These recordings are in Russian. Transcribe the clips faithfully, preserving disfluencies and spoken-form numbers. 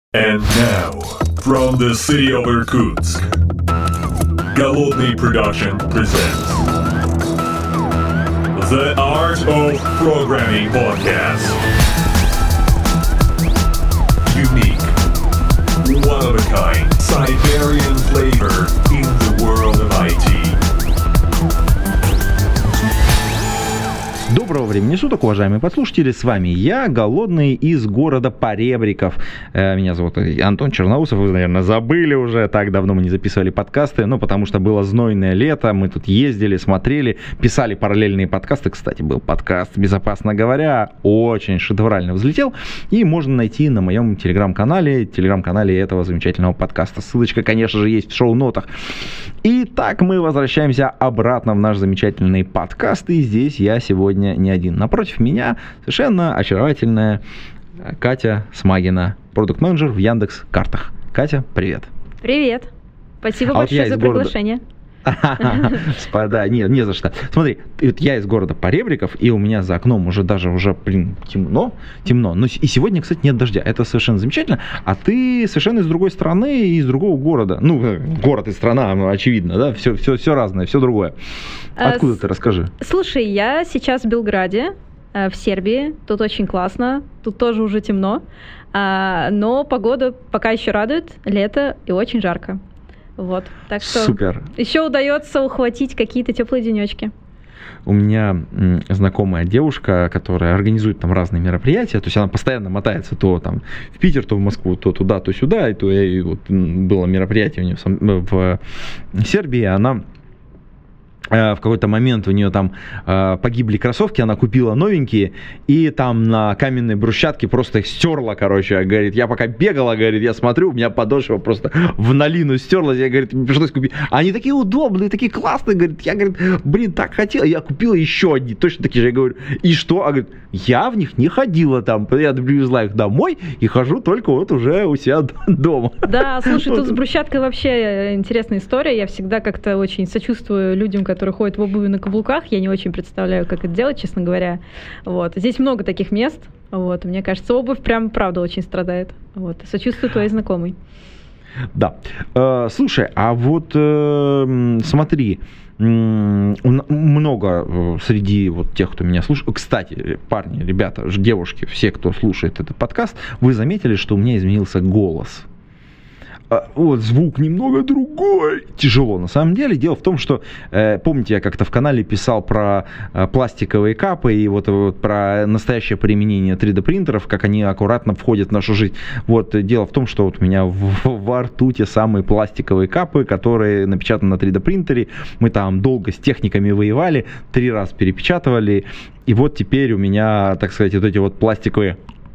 And now, from the city of Irkutsk, Голодный Production presents The Art of Programming Podcast. Unique, one-of-a-kind, Siberian flavor in the world of ай ти. Доброго времени суток, уважаемые подслушатели, с вами я, Голодный, из города Поребриков. Меня зовут Антон Черноусов, вы, наверное, забыли уже, так давно мы не записывали подкасты, ну, потому что было знойное лето, мы тут ездили, смотрели, писали параллельные подкасты. Кстати, был подкаст, безопасно говоря, очень шедеврально взлетел, и можно найти на моем телеграм-канале, телеграм-канале этого замечательного подкаста. Ссылочка, конечно же, есть в шоу-нотах. Итак, мы возвращаемся обратно в наш замечательный подкаст, и здесь я сегодня не один. Напротив меня совершенно очаровательная Катя Смагина, продукт-менеджер в Яндекс.Картах. Катя, привет. Привет. Спасибо а большое вот за приглашение. Да, не, не за что. Смотри, я из города Поребриков, и у меня за окном уже даже уже, блин, темно, темно. Но и сегодня, кстати, нет дождя. Это совершенно замечательно. А ты совершенно из другой страны и из другого города. Ну, город и страна, ну, очевидно, да? Все, все, все разное, все другое. Откуда ты, расскажи? Слушай, я сейчас в Белграде, в Сербии. Тут очень классно. Тут тоже уже темно. Но погода пока еще радует. Лето и очень жарко. Вот, так что Супер. Еще удается ухватить какие-то теплые денечки. У меня м, знакомая девушка, которая организует там разные мероприятия, то есть она постоянно мотается то там в Питер, то в Москву, то туда, то сюда, и то и вот было мероприятие у нее в, в Сербии, она в какой-то момент у нее там э, погибли кроссовки, она купила новенькие, и там на каменной брусчатке просто их стерла, короче, говорит, я пока бегала, говорит, я смотрю, у меня подошва просто в налину стерлась, я, говорит, пришлось купить. Они такие удобные, такие классные, говорит, я, говорит, блин, так хотела, я купила еще одни, точно такие же, я говорю, и что? А говорит, я в них не ходила там, я привезла их домой и хожу только вот уже у себя дома. Да, слушай, тут с брусчаткой вообще интересная история, я всегда как-то очень сочувствую людям, которые которые ходят в обуви на каблуках, я не очень представляю, как это делать, честно говоря. Вот. Здесь много таких мест. Вот. Мне кажется, обувь прям, правда, очень страдает. Вот. Сочувствую твоей знакомой. Да. Э, слушай, а вот э, смотри, много среди вот тех, кто меня слушает. Кстати, парни, ребята, девушки, все, кто слушает этот подкаст, вы заметили, что у меня изменился голос. Вот, звук немного другой. Тяжело, на самом деле. Дело в том, что, э, помните, я как-то в канале писал про э, пластиковые капы и вот, вот про настоящее применение три дэ принтеров, как они аккуратно входят в нашу жизнь. Вот, дело в том, что вот у меня в, во рту те самые пластиковые капы, которые напечатаны на три дэ принтере. Мы там долго с техниками воевали, три раза перепечатывали. И вот теперь у меня, так сказать, вот эти вот пластиковые...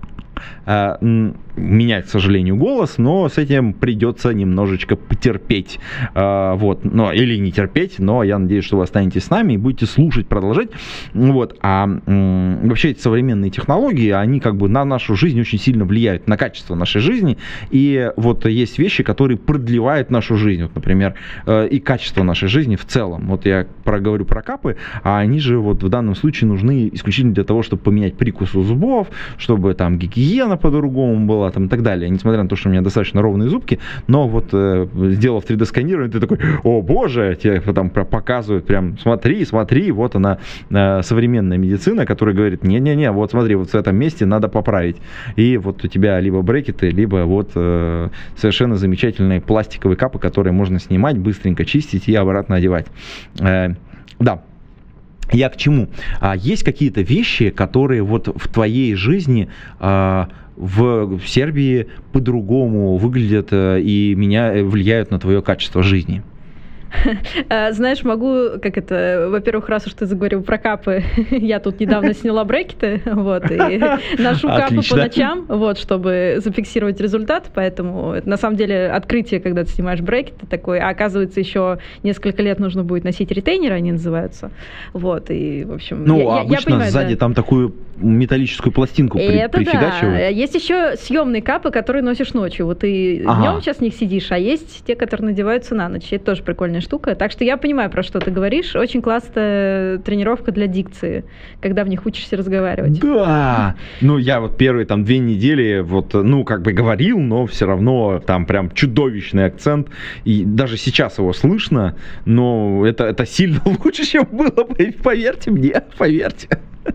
менять, к сожалению, голос, но с этим придется немножечко потерпеть. Вот. Но, или не терпеть, но я надеюсь, что вы останетесь с нами и будете слушать, продолжать. Вот. А вообще эти современные технологии, они как бы на нашу жизнь очень сильно влияют, на качество нашей жизни. И вот есть вещи, которые продлевают нашу жизнь. Вот, например, и качество нашей жизни в целом. Вот я проговорю про капы, а они же вот в данном случае нужны исключительно для того, чтобы поменять прикус у зубов, чтобы там гигиена по-другому была, там, и так далее. Несмотря на то, что у меня достаточно ровные зубки, но вот э, сделав три дэ сканирование, ты такой, о боже, тебе там показывают прям, смотри, смотри, вот она, э, современная медицина, которая говорит, не-не-не, вот смотри, вот в этом месте надо поправить. И вот у тебя либо брекеты, либо вот э, совершенно замечательные пластиковые капы, которые можно снимать, быстренько чистить и обратно одевать. Э, да. Я к чему? А, есть какие-то вещи, которые вот в твоей жизни а, в, в Сербии по-другому выглядят а, и меня влияют на твое качество жизни? Знаешь, могу, как это, во-первых, раз уж ты заговорил про капы, я тут недавно сняла брекеты, вот, и ношу капы по ночам, вот, чтобы зафиксировать результат, поэтому это, на самом деле, открытие, когда ты снимаешь брекеты, такое, а оказывается, еще несколько лет нужно будет носить ретейнеры, они называются, вот, и, в общем... Ну, я, обычно я понимаю, сзади да. там такую металлическую пластинку при, прифигачивают. Да. Есть еще съемные капы, которые носишь ночью, вот ты ага. днем сейчас в них сидишь, а есть те, которые надеваются на ночь, это тоже прикольная штука. Так что я понимаю, про что ты говоришь. Очень классная тренировка для дикции, когда в них учишься разговаривать. Да! Ну, я вот первые там две недели вот, ну, как бы говорил, но все равно там прям чудовищный акцент. И даже сейчас его слышно, но это, это сильно лучше, чем было. Поверьте мне, поверьте.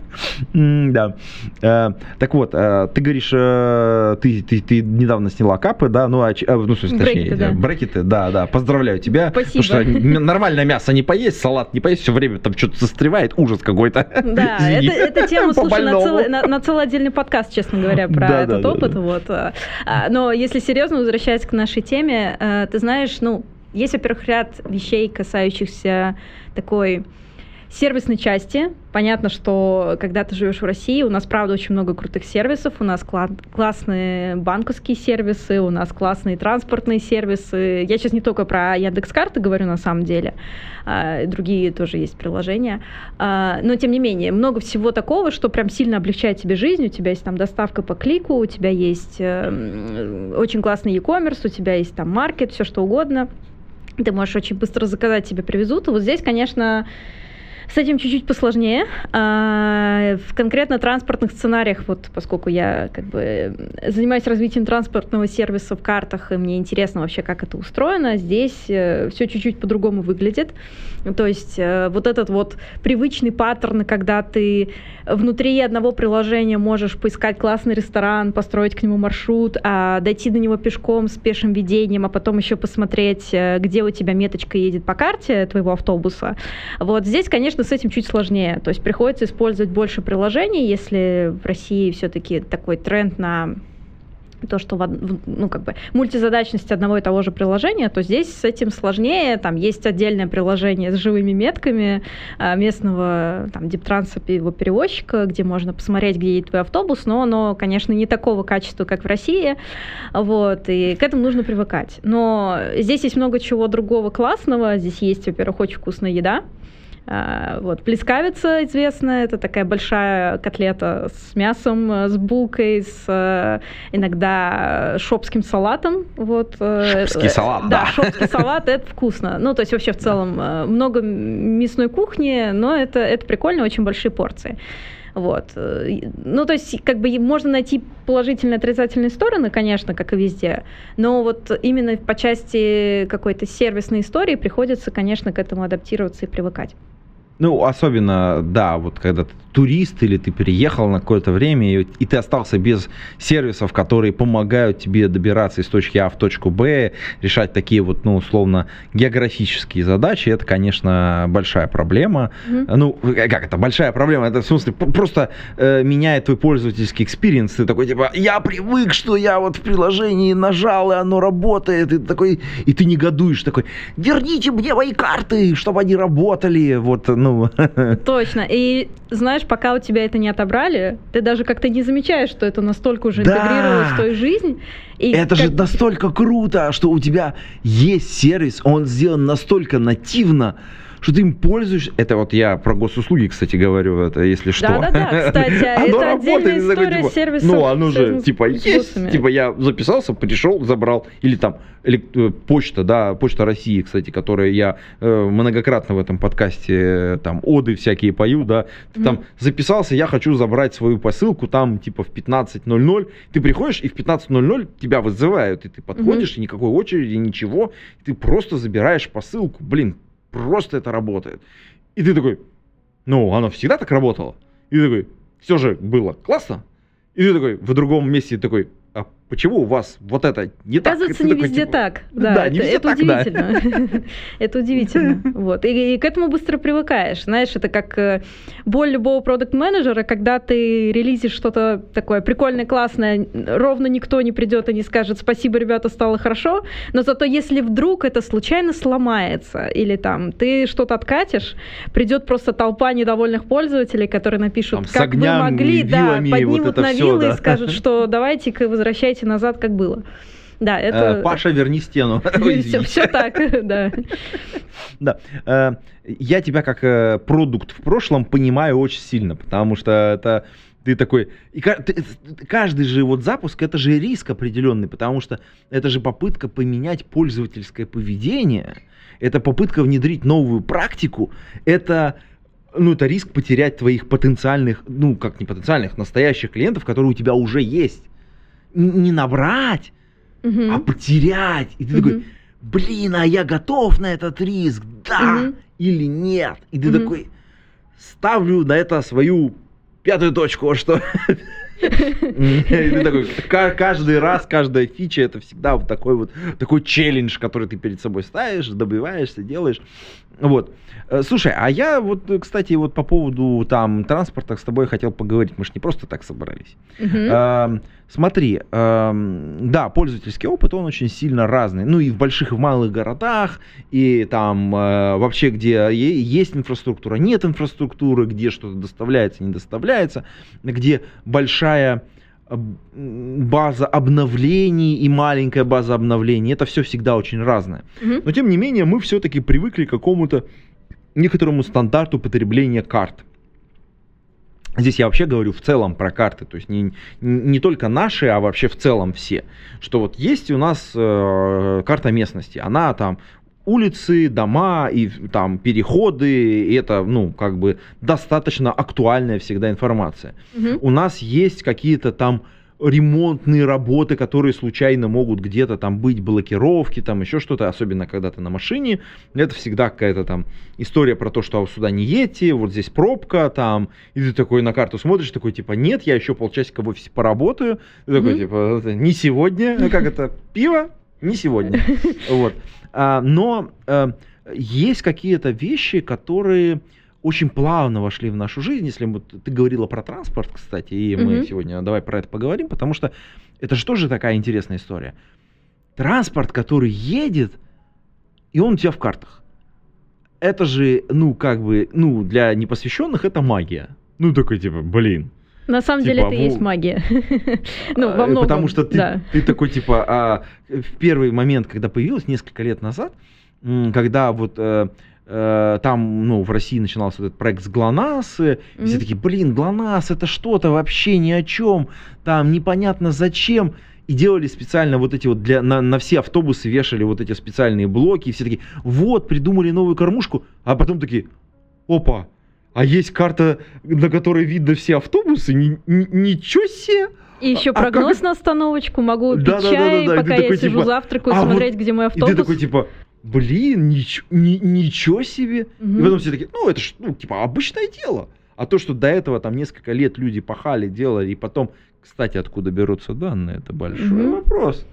Да. Так вот, ты говоришь, ты, ты, ты недавно сняла капы, да? Ну, а, ну в смысле, точнее, брекеты, да. брекеты, да, да. Поздравляю тебя. Спасибо. Потому что нормальное мясо не поесть, салат не поесть, все время там что-то застревает, ужас какой-то. Да, это, это тема, слушай, на целый, на, на целый отдельный подкаст, честно говоря, про да, этот да, опыт. Да, да. Вот. Но если серьезно, возвращаясь к нашей теме, ты знаешь, ну, есть, во-первых, ряд вещей, касающихся такой сервисной части. Понятно, что когда ты живешь в России, у нас, правда, очень много крутых сервисов, у нас кла- классные банковские сервисы, у нас классные транспортные сервисы. Я сейчас не только про Яндекс.Карты говорю на самом деле, а, другие тоже есть приложения. А, но, тем не менее, много всего такого, что прям сильно облегчает тебе жизнь. У тебя есть там доставка по клику, у тебя есть э, очень классный e-commerce, у тебя есть там маркет, все что угодно. Ты можешь очень быстро заказать, тебе привезут. И вот здесь, конечно, с этим чуть-чуть посложнее. В конкретно транспортных сценариях, вот поскольку я как бы занимаюсь развитием транспортного сервиса в картах, и мне интересно вообще, как это устроено, здесь все чуть-чуть по-другому выглядит. То есть вот этот вот привычный паттерн, когда ты внутри одного приложения можешь поискать классный ресторан, построить к нему маршрут, а дойти до него пешком с пешим ведением, а потом еще посмотреть, где у тебя меточка едет по карте твоего автобуса. Вот здесь, конечно, с этим чуть сложнее. То есть приходится использовать больше приложений, если в России все-таки такой тренд на то, что ну, как бы мультизадачность одного и того же приложения, то здесь с этим сложнее. Там есть отдельное приложение с живыми метками местного там, диптранса его перевозчика, где можно посмотреть, где едет твой автобус, но оно, конечно, не такого качества, как в России. Вот, и к этому нужно привыкать. Но здесь есть много чего другого классного. Здесь есть, во-первых, очень вкусная еда. Вот, плескавица известная, это такая большая котлета с мясом, с булкой, с иногда шопским салатом. Вот. Шопский салат, да. Да, шопский салат, это вкусно. Ну, то есть вообще в целом много мясной кухни, но это, это прикольно, очень большие порции. Вот. Ну, то есть, как бы можно найти положительные и отрицательные стороны, конечно, как и везде, но вот именно по части какой-то сервисной истории приходится, конечно, к этому адаптироваться и привыкать. Ну, особенно, да, вот когда ты турист или ты переехал на какое-то время, и, и ты остался без сервисов, которые помогают тебе добираться из точки А в точку Б, решать такие вот, ну, условно, географические задачи, это, конечно, большая проблема. Mm-hmm. Ну, как это, большая проблема? Это, в смысле, просто э, меняет твой пользовательский экспириенс. Ты такой, типа, я привык, что я вот в приложении нажал, и оно работает, и ты такой, и ты негодуешь, такой, верните мне мои карты, чтобы они работали, вот, ну. Точно. И знаешь, пока у тебя это не отобрали, ты даже как-то не замечаешь, что это настолько уже да. интегрировалось в твою жизнь. И это как... же настолько круто, что у тебя есть сервис, он сделан настолько нативно, что ты им пользуешься. Это вот я про госуслуги, кстати, говорю, это если что. Да-да-да, кстати, это отдельная история сервиса. Ну, оно же, типа, есть, типа, я записался, пришел, забрал, или там почта, да, Почта России, кстати, которая я многократно в этом подкасте, там, оды всякие пою, да, ты там записался, я хочу забрать свою посылку, там, типа, в пятнадцать ноль ноль, ты приходишь, и в пятнадцать ноль ноль тебя вызывают, и ты подходишь, и никакой очереди, ничего, ты просто забираешь посылку, блин, просто это работает. И ты такой, ну, оно всегда так работало. И ты такой, все же было классно. И ты такой, в другом месте такой, а почему у вас вот это не так? Оказывается, не везде так. Да, это удивительно. Это удивительно. Вот. И к этому быстро привыкаешь. Знаешь, это как боль любого продакт-менеджера, когда ты релизишь что-то такое прикольное, классное, ровно никто не придет и не скажет «спасибо, ребята, стало хорошо», но зато если вдруг это случайно сломается, или там ты что-то откатишь, придет просто толпа недовольных пользователей, которые напишут, как вы могли, да, поднимут на вилы и скажут, что давайте-ка возвращайте назад, как было. Да, это... Паша, верни стену. все, все так, да. Да. Я тебя как продукт в прошлом понимаю очень сильно, потому что это Ты такой... И каждый же вот запуск, это же риск определенный, потому что это же попытка поменять пользовательское поведение, это попытка внедрить новую практику, это, ну, это риск потерять твоих потенциальных, ну, как не потенциальных, настоящих клиентов, которые у тебя уже есть. Не набрать, uh-huh. а потерять. И ты uh-huh. такой, блин, а я готов на этот риск, да uh-huh. или нет? И ты uh-huh. такой, ставлю на это свою пятую точку, что... И ты такой, каждый раз, каждая фича, это всегда вот такой вот такой челлендж, который ты перед собой ставишь, добиваешься, делаешь. Вот. Слушай, а я вот, кстати, вот по поводу там транспорта с тобой хотел поговорить. Мы же не просто так собрались. Uh-huh. А, смотри, а, да, пользовательский опыт, он очень сильно разный. Ну и в больших и в малых городах, и там а, вообще, где есть инфраструктура, нет инфраструктуры, где что-то доставляется, не доставляется, где большая база обновлений и маленькая база обновлений. Это все всегда очень разное. Uh-huh. Но тем не менее мы все-таки привыкли к какому-то некоторому стандарту потребления карт. Здесь я вообще говорю в целом про карты, то есть не, не только наши, а вообще в целом все. Что вот есть у нас э, карта местности, она там улицы, дома и там переходы, и это, ну, как бы достаточно актуальная всегда информация. Угу. У нас есть какие-то там ремонтные работы, которые случайно могут где-то там быть, блокировки, там еще что-то, особенно когда ты на машине. Это всегда какая-то там история про то, что сюда не едьте, вот здесь пробка, там, и ты такой на карту смотришь, такой, типа, нет, я еще полчасика в офисе поработаю. Ты такой, типа, не сегодня, как это, пиво? Не сегодня. Вот. А, но а, есть какие-то вещи, которые очень плавно вошли в нашу жизнь. Если мы, ты говорила про транспорт, кстати, и мы mm-hmm. сегодня давай про это поговорим, потому что это же тоже такая интересная история. Транспорт, который едет, и он у тебя в картах. Это же, ну, как бы, ну, для непосвященных это магия. Ну, такой, типа, блин. На самом типа, деле это и есть магия. Ну, во многом, потому что ты, да. ты такой, типа, а, в первый момент, когда появилась, несколько лет назад, когда вот э, э, там, ну, в России начинался этот проект с ГЛОНАСС, и mm-hmm. все такие, блин, ГЛОНАСС это что-то вообще ни о чем, там непонятно зачем. И делали специально вот эти вот, для, на, на все автобусы вешали вот эти специальные блоки, и все такие, вот, придумали новую кормушку, а потом такие, опа, а есть карта, на которой видно все автобусы? Ни, ни, ничего себе! И еще а прогноз как... на остановочку. Могу пить да, чай, да, да, да, пока я такой, сижу, типа, завтракаю, а смотреть, вот... где мой автобус. И ты такой, типа, блин, нич... ни, ничего себе! Угу. И потом все такие, ну, это ж, ну, типа, обычное дело. А то, что до этого там несколько лет люди пахали, делали, и потом, кстати, откуда берутся данные, это большой угу. вопрос.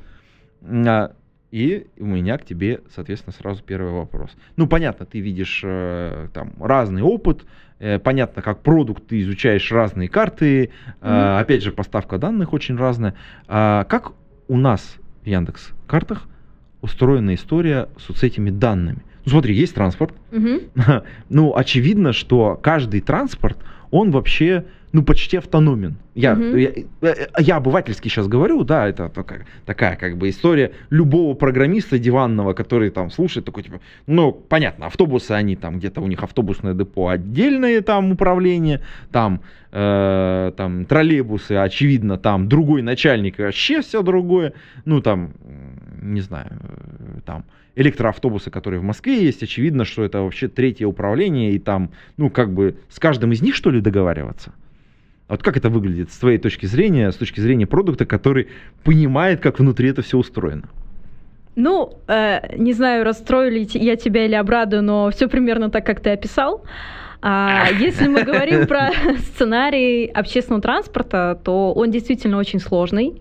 А, и у меня к тебе, соответственно, сразу первый вопрос. Ну, понятно, ты видишь э, там разный опыт, э, понятно, как продукт ты изучаешь разные карты, э, mm-hmm. опять же, поставка данных очень разная. А как у нас в Яндекс.Картах устроена история с вот этими данными? Ну, смотри, есть транспорт. Mm-hmm. Ну, очевидно, что каждый транспорт, он вообще, ну, почти автономен. Я, mm-hmm. я, я обывательски сейчас говорю, да, это такая, такая как бы история любого программиста диванного, который там слушает, такой типа, ну, понятно, автобусы, они там где-то у них автобусное депо, отдельное там управление, там, э, там троллейбусы, очевидно, там другой начальник, вообще все другое, ну, там, не знаю, там, электроавтобусы, которые в Москве есть, очевидно, что это вообще третье управление, и там, ну, как бы с каждым из них, что ли, договариваться? Вот как это выглядит с твоей точки зрения, с точки зрения продукта, который понимает, как внутри это все устроено? Ну, э, не знаю, расстрою ли я тебя или обрадую, но все примерно так, как ты описал. А если мы говорим про сценарий общественного транспорта, то он действительно очень сложный.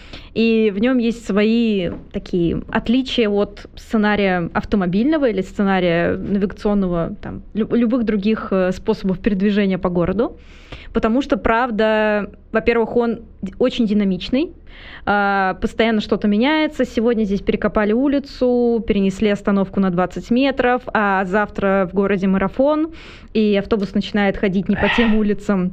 И в нем есть свои такие отличия от сценария автомобильного или сценария навигационного, там, любых других способов передвижения по городу. Потому что, правда, во-первых, он очень динамичный, постоянно что-то меняется. Сегодня здесь перекопали улицу, перенесли остановку на двадцать метров, а завтра в городе марафон, и автобус начинает ходить не по тем улицам,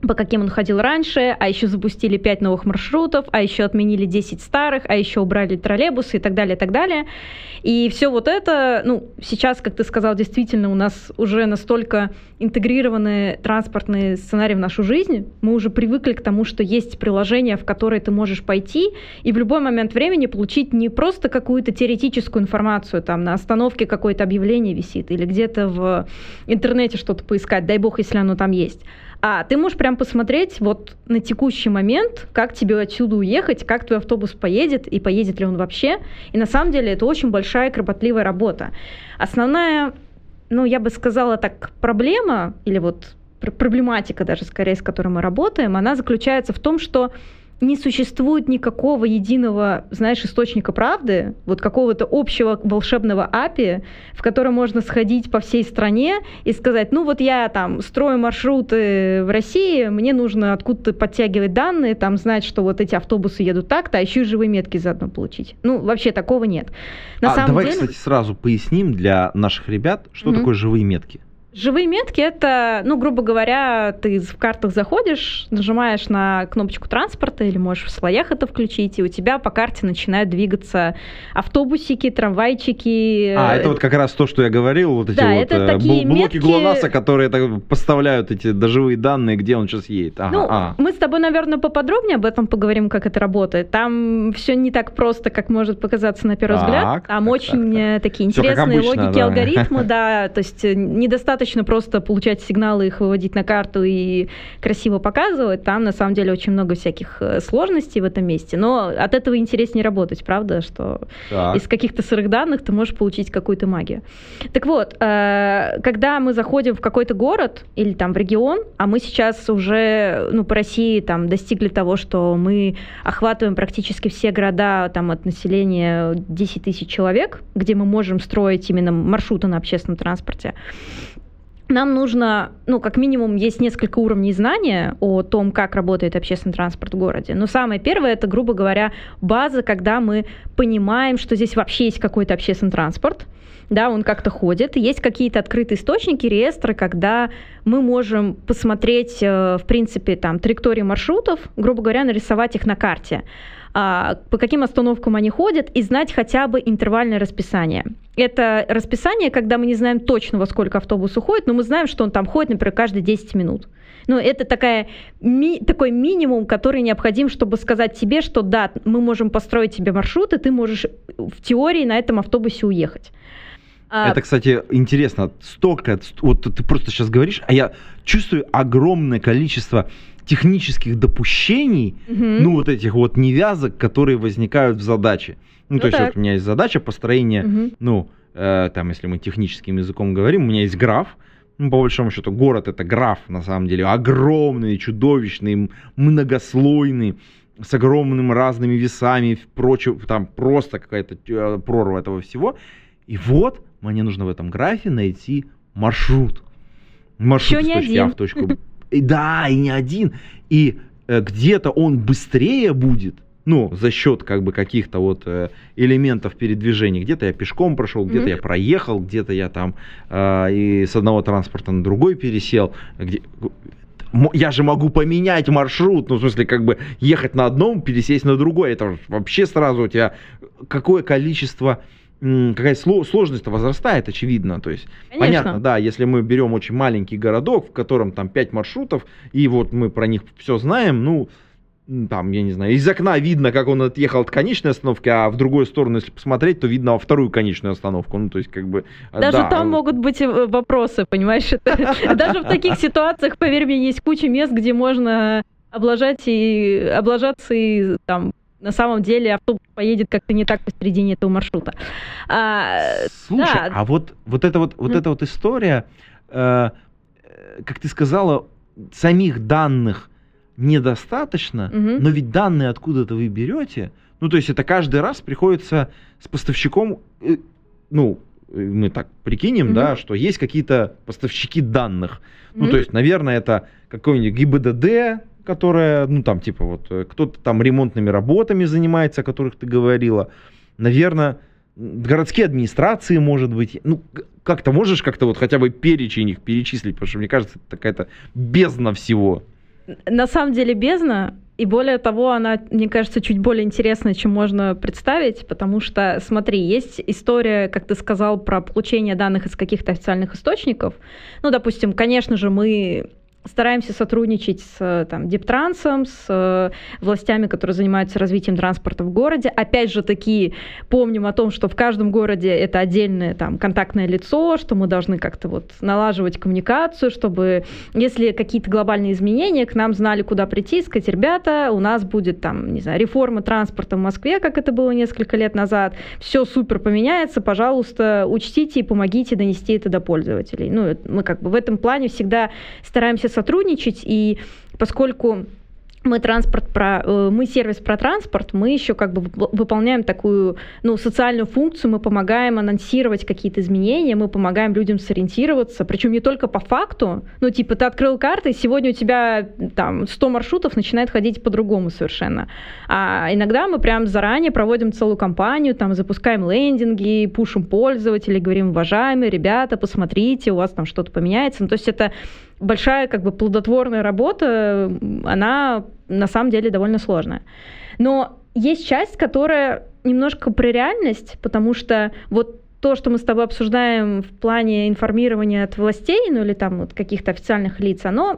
по каким он ходил раньше, а еще запустили пять новых маршрутов, а еще отменили десять старых, а еще убрали троллейбусы и так далее, и так далее. И все вот это, ну, сейчас, как ты сказал, действительно у нас уже настолько интегрированы транспортные сценарии в нашу жизнь, мы уже привыкли к тому, что есть приложение, в которое ты можешь пойти и в любой момент времени получить не просто какую-то теоретическую информацию, там на остановке какое-то объявление висит или где-то в интернете что-то поискать, дай бог, если оно там есть. А ты можешь прям посмотреть вот на текущий момент, как тебе отсюда уехать, как твой автобус поедет, и поедет ли он вообще. И на самом деле это очень большая кропотливая работа. Основная, ну, я бы сказала так, проблема, или вот проблематика даже скорее, с которой мы работаем, она заключается в том, что не существует никакого единого, знаешь, источника правды, вот какого-то общего волшебного эй пи ай, в котором можно сходить по всей стране и сказать, ну вот я там строю маршруты в России, мне нужно откуда-то подтягивать данные, там знать, что вот эти автобусы едут так-то, а еще и живые метки заодно получить. Ну, вообще такого нет. На а самом давай, деле... кстати, сразу поясним для наших ребят, что mm-hmm. такое живые метки. Живые метки — это, ну, грубо говоря, ты в картах заходишь, нажимаешь на кнопочку транспорта или можешь в слоях это включить, и у тебя по карте начинают двигаться автобусики, трамвайчики. А, это вот как раз то, что я говорил, вот эти да, вот это блоки метки... ГЛОНАССа, которые так поставляют эти доживые данные, где он сейчас едет. Ага, ну, а. мы с тобой, наверное, поподробнее об этом поговорим, как это работает. Там все не так просто, как может показаться на первый так, взгляд. Там так, очень так. такие Всё интересные обычно, логики, да. алгоритмы, да, то есть недостаточно просто получать сигналы, их выводить на карту и красиво показывать. Там, на самом деле, очень много всяких сложностей в этом месте. Но от этого интереснее работать, правда? Что так. из каких-то сырых данных ты можешь получить какую-то магию. Так вот, когда мы заходим в какой-то город или там в регион, а мы сейчас уже, ну, по России там достигли того, что мы охватываем практически все города там от населения десять тысяч человек, где мы можем строить именно маршруты на общественном транспорте. Нам нужно, ну, как минимум, есть несколько уровней знания о том, как работает общественный транспорт в городе. Но самое первое, это, грубо говоря, база, когда мы понимаем, что здесь вообще есть какой-то общественный транспорт, да, он как-то ходит, есть какие-то открытые источники, реестры, когда мы можем посмотреть, в принципе, там, траектории маршрутов, грубо говоря, нарисовать их на карте, по каким остановкам они ходят, и знать хотя бы интервальное расписание. Это расписание, когда мы не знаем точно, во сколько автобус уходит, но мы знаем, что он там ходит, например, каждые десять минут. Ну, это такая, ми, такой минимум, который необходим, чтобы сказать тебе, что да, мы можем построить тебе маршрут, и ты можешь в теории на этом автобусе уехать. Это, кстати, интересно. Столько, вот ты просто сейчас говоришь, а я чувствую огромное количество технических допущений, угу. ну, вот этих вот невязок, которые возникают в задаче. Ну, ну то так. есть вот у меня есть задача построения, угу. ну, э, там, если мы техническим языком говорим, у меня есть граф, ну, по большому счету, город — это граф, на самом деле, огромный, чудовищный, многослойный, с огромными разными весами, прочее, там просто какая-то прорва этого всего. И вот мне нужно в этом графе найти маршрут. Маршрут Еще с точки А в точку Б. И, да, и не один. И э, где-то он быстрее будет, ну, за счет как бы каких-то вот э, элементов передвижения. Где-то я пешком прошел, где-то mm-hmm. я проехал, где-то я там э, и с одного транспорта на другой пересел. Где... Я же могу поменять маршрут, ну, в смысле, как бы ехать на одном, пересесть на другой. Это вообще сразу у тебя какое количество... какая сложность-то возрастает, очевидно. То есть, Конечно. Понятно, да, если мы берем очень маленький городок, в котором там пять маршрутов, и вот мы про них все знаем, ну, там, я не знаю, из окна видно, как он отъехал от конечной остановки, а в другую сторону, если посмотреть, то видно вторую конечную остановку. Ну, то есть, как бы... Даже да. там могут быть вопросы, понимаешь? Даже в таких ситуациях, поверь мне, есть куча мест, где можно облажать и облажаться и там... На самом деле автобус поедет как-то не так посередине этого маршрута. А, Слушай, да. а вот, вот эта вот, вот, mm. эта вот история, э, как ты сказала, самих данных недостаточно, mm-hmm. но ведь данные откуда-то вы берете. Ну, то есть это каждый раз приходится с поставщиком, э, ну, мы так прикинем, mm-hmm. да, что есть какие-то поставщики данных. Mm-hmm. Ну, то есть, наверное, это какой-нибудь ГИБДД, которая, ну, там, типа, вот, кто-то там ремонтными работами занимается, о которых ты говорила. Наверное, городские администрации, может быть. Ну, как-то можешь как-то вот хотя бы перечень их перечислить, потому что, мне кажется, это какая-то бездна всего. На самом деле бездна. И более того, она, мне кажется, чуть более интересная, чем можно представить, потому что, смотри, есть история, как ты сказал, про получение данных из каких-то официальных источников. Ну, допустим, конечно же, мы стараемся сотрудничать с там, Дептрансом, с э, властями, которые занимаются развитием транспорта в городе. Опять же таки помним о том, что в каждом городе это отдельное там, контактное лицо, что мы должны как-то вот налаживать коммуникацию, чтобы, если какие-то глобальные изменения, к нам знали, куда прийти, и сказать: ребята, у нас будет там, не знаю, реформа транспорта в Москве, как это было несколько лет назад, все супер поменяется, пожалуйста, учтите и помогите донести это до пользователей. Ну, мы как бы в этом плане всегда стараемся сотрудничать, и поскольку мы транспорт про, мы сервис про транспорт, мы еще как бы выполняем такую, ну, социальную функцию, мы помогаем анонсировать какие-то изменения, мы помогаем людям сориентироваться, причем не только по факту, ну, типа, ты открыл карты, и сегодня у тебя там сто маршрутов начинает ходить по-другому совершенно. А иногда мы прям заранее проводим целую кампанию, там, запускаем лендинги, пушим пользователей, говорим: уважаемые ребята, посмотрите, у вас там что-то поменяется. Ну, то есть это большая как бы плодотворная работа, она на самом деле довольно сложная. Но есть часть, которая немножко про реальность, потому что вот то, что мы с тобой обсуждаем в плане информирования от властей, ну или там вот каких-то официальных лиц, оно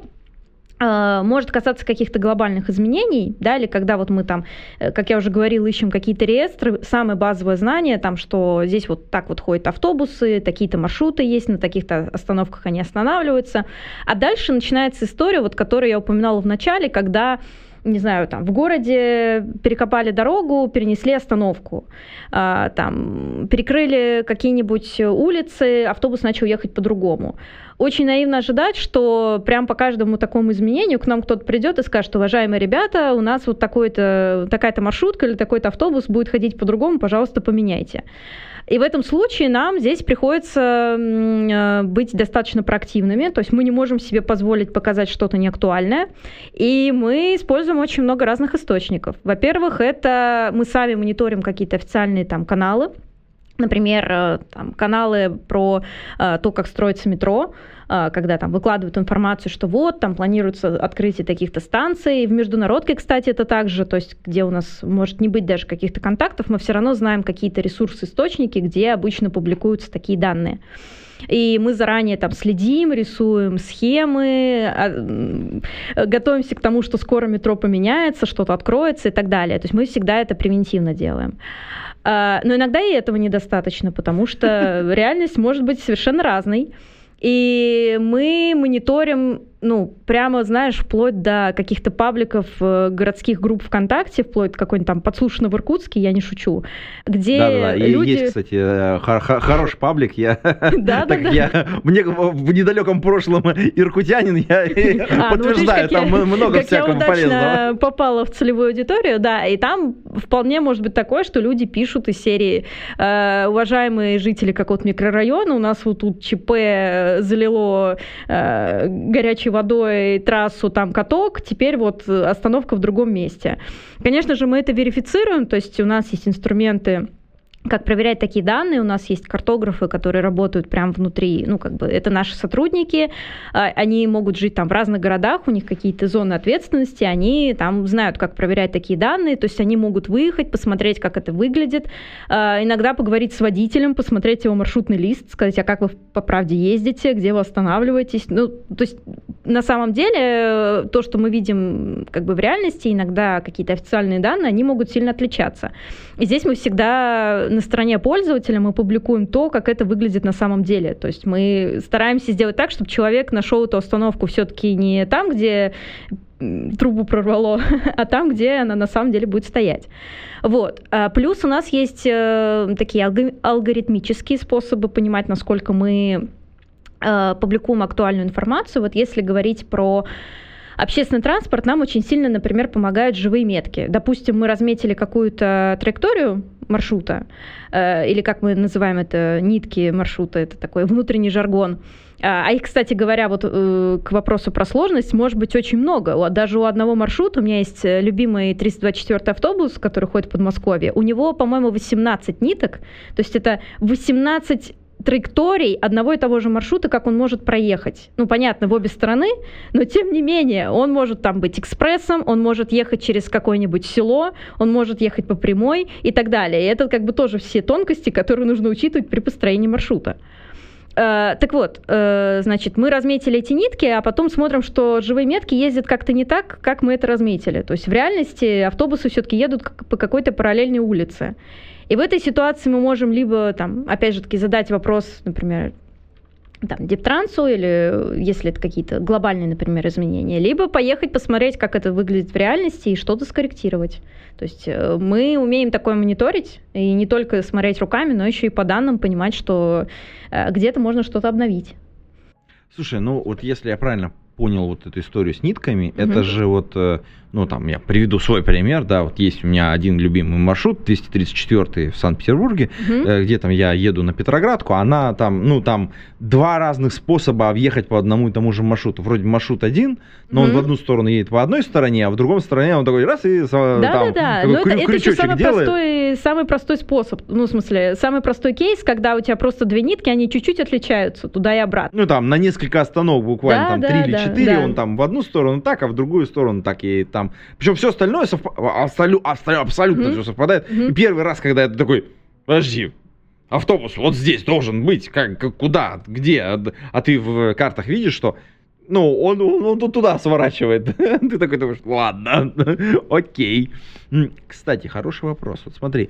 может касаться каких-то глобальных изменений, да, или когда вот мы там, как я уже говорила, ищем какие-то реестры, самое базовое знание, там, что здесь вот так вот ходят автобусы, такие-то маршруты есть, на таких-то остановках они останавливаются. А дальше начинается история, вот, которую я упоминала в начале, когда, не знаю, там в городе перекопали дорогу, перенесли остановку, а, там перекрыли какие-нибудь улицы, автобус начал ехать по-другому. Очень наивно ожидать, что прям по каждому такому изменению к нам кто-то придет и скажет: уважаемые ребята, у нас вот такой-то, такая-то маршрутка или такой-то автобус будет ходить по-другому, пожалуйста, поменяйте. И в этом случае нам здесь приходится быть достаточно проактивными, то есть мы не можем себе позволить показать что-то неактуальное, и мы используем очень много разных источников. Во-первых, это мы сами мониторим какие-то официальные там каналы, например, там, каналы про э, то, как строится метро, э, когда там выкладывают информацию, что вот, там планируется открытие таких-то станций. В международке, кстати, это также, то есть где у нас может не быть даже каких-то контактов, мы все равно знаем какие-то ресурсы, источники, где обычно публикуются такие данные. И мы заранее там следим, рисуем схемы, готовимся к тому, что скоро метро поменяется, что-то откроется и так далее. То есть мы всегда это превентивно делаем. Но иногда и этого недостаточно, потому что реальность может быть совершенно разной. И мы мониторим, ну, прямо, знаешь, вплоть до каких-то пабликов городских групп ВКонтакте, вплоть до какой-нибудь там «Подслушано в Иркутске», я не шучу, где да-да-да. люди... Есть, кстати, хор- хороший паблик, я... Да-да-да. я мне в недалеком прошлом иркутянин, я подтверждаю, там много всякого полезного. Как я удачно попала в целевую аудиторию, да, и там вполне может быть такое, что люди пишут из серии: уважаемые жители какого-то микрорайона, у нас вот тут ЧП, залило э, горячей водой трассу, там каток, теперь вот остановка в другом месте. Конечно же, мы это верифицируем, то есть у нас есть инструменты, как проверять такие данные. У нас есть картографы, которые работают прямо внутри, ну, как бы, это наши сотрудники, они могут жить там в разных городах, у них какие-то зоны ответственности, они там знают, как проверять такие данные, то есть они могут выехать, посмотреть, как это выглядит, иногда поговорить с водителем, посмотреть его маршрутный лист, сказать: а как вы по правде ездите, где вы останавливаетесь. Ну, то есть на самом деле то, что мы видим как бы в реальности, иногда какие-то официальные данные, они могут сильно отличаться. И здесь мы всегда на стороне пользователя, мы публикуем то, как это выглядит на самом деле. То есть мы стараемся сделать так, чтобы человек нашел эту остановку все-таки не там, где трубу прорвало, а там, где она на самом деле будет стоять. Вот. Плюс у нас есть такие алгоритмические способы понимать, насколько мы публикуем актуальную информацию. Вот если говорить про общественный транспорт, нам очень сильно, например, помогают живые метки. Допустим, мы разметили какую-то траекторию маршрута, э, или как мы называем это, нитки маршрута, это такой внутренний жаргон. А их, кстати говоря, вот э, к вопросу про сложность может быть очень много. Даже у одного маршрута, у меня есть любимый триста двадцать четвёртый автобус, который ходит в Подмосковье, у него, по-моему, восемнадцать ниток, то есть это восемнадцать траекторий одного и того же маршрута, как он может проехать. Ну, понятно, в обе стороны, но тем не менее, он может там быть экспрессом, он может ехать через какое-нибудь село, он может ехать по прямой и так далее. И это как бы тоже все тонкости, которые нужно учитывать при построении маршрута. Uh, так вот, uh, значит, мы разметили эти нитки, а потом смотрим, что живые метки ездят как-то не так, как мы это разметили. То есть в реальности автобусы все-таки едут по какой-то параллельной улице. И в этой ситуации мы можем либо, там, опять же таки, задать вопрос, например, там, Дептрансу, или если это какие-то глобальные, например, изменения, либо поехать посмотреть, как это выглядит в реальности, и что-то скорректировать. То есть мы умеем такое мониторить, и не только смотреть руками, но еще и по данным понимать, что где-то можно что-то обновить. Слушай, ну вот если я правильно понял вот эту историю с нитками, mm-hmm. это же вот, ну там, я приведу свой пример, да, вот есть у меня один любимый маршрут, двести тридцать четвёртый в Санкт-Петербурге, mm-hmm. где там я еду на Петроградку, она там, ну там два разных способа объехать по одному и тому же маршруту. Вроде маршрут один, но mm-hmm. он в одну сторону едет по одной стороне, а в другой стороне он такой раз и да, там да, да. такой крю- это, крючочек это самый делает. Простой, самый простой способ, ну в смысле, самый простой кейс, когда у тебя просто две нитки, они чуть-чуть отличаются туда и обратно. Ну там на несколько остановок буквально, да, там да, три да, или четыре, да. он там в одну сторону так, а в другую сторону так, и там, причем все остальное совп... абсолю... абсолютно mm-hmm. все совпадает. Mm-hmm. И первый раз, когда это такой, подожди, автобус вот здесь должен быть, как, как куда, где, а ты в картах видишь, что, ну, он, он, он туда сворачивает. Ты такой думаешь, ладно, окей. Кстати, хороший вопрос. Вот смотри,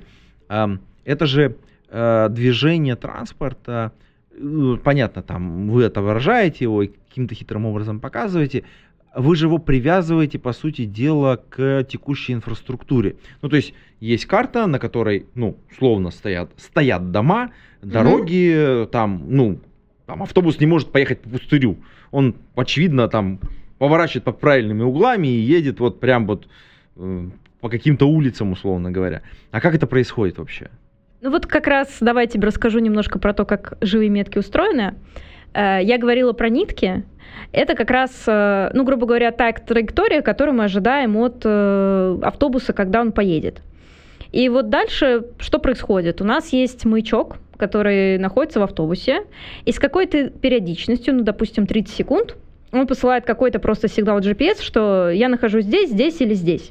это же движение транспорта, понятно, там вы это выражаете его и каким-то хитрым образом показываете. Вы же его привязываете, по сути дела, к текущей инфраструктуре. Ну, то есть, есть карта, на которой, ну, условно стоят, стоят дома, дороги, mm-hmm. там, ну, там автобус не может поехать по пустырю. Он, очевидно, там поворачивает под правильными углами и едет вот прям вот э, по каким-то улицам, условно говоря. А как это происходит вообще? Ну, вот как раз давай я тебе расскажу немножко про то, как живые метки устроены. Я говорила про нитки. Это как раз, ну, грубо говоря, та траектория, которую мы ожидаем от автобуса, когда он поедет. И вот дальше что происходит? У нас есть маячок, который находится в автобусе, и с какой-то периодичностью, ну, допустим, тридцать секунд, он посылает какой-то просто сигнал джи пи эс, что я нахожусь здесь, здесь или здесь.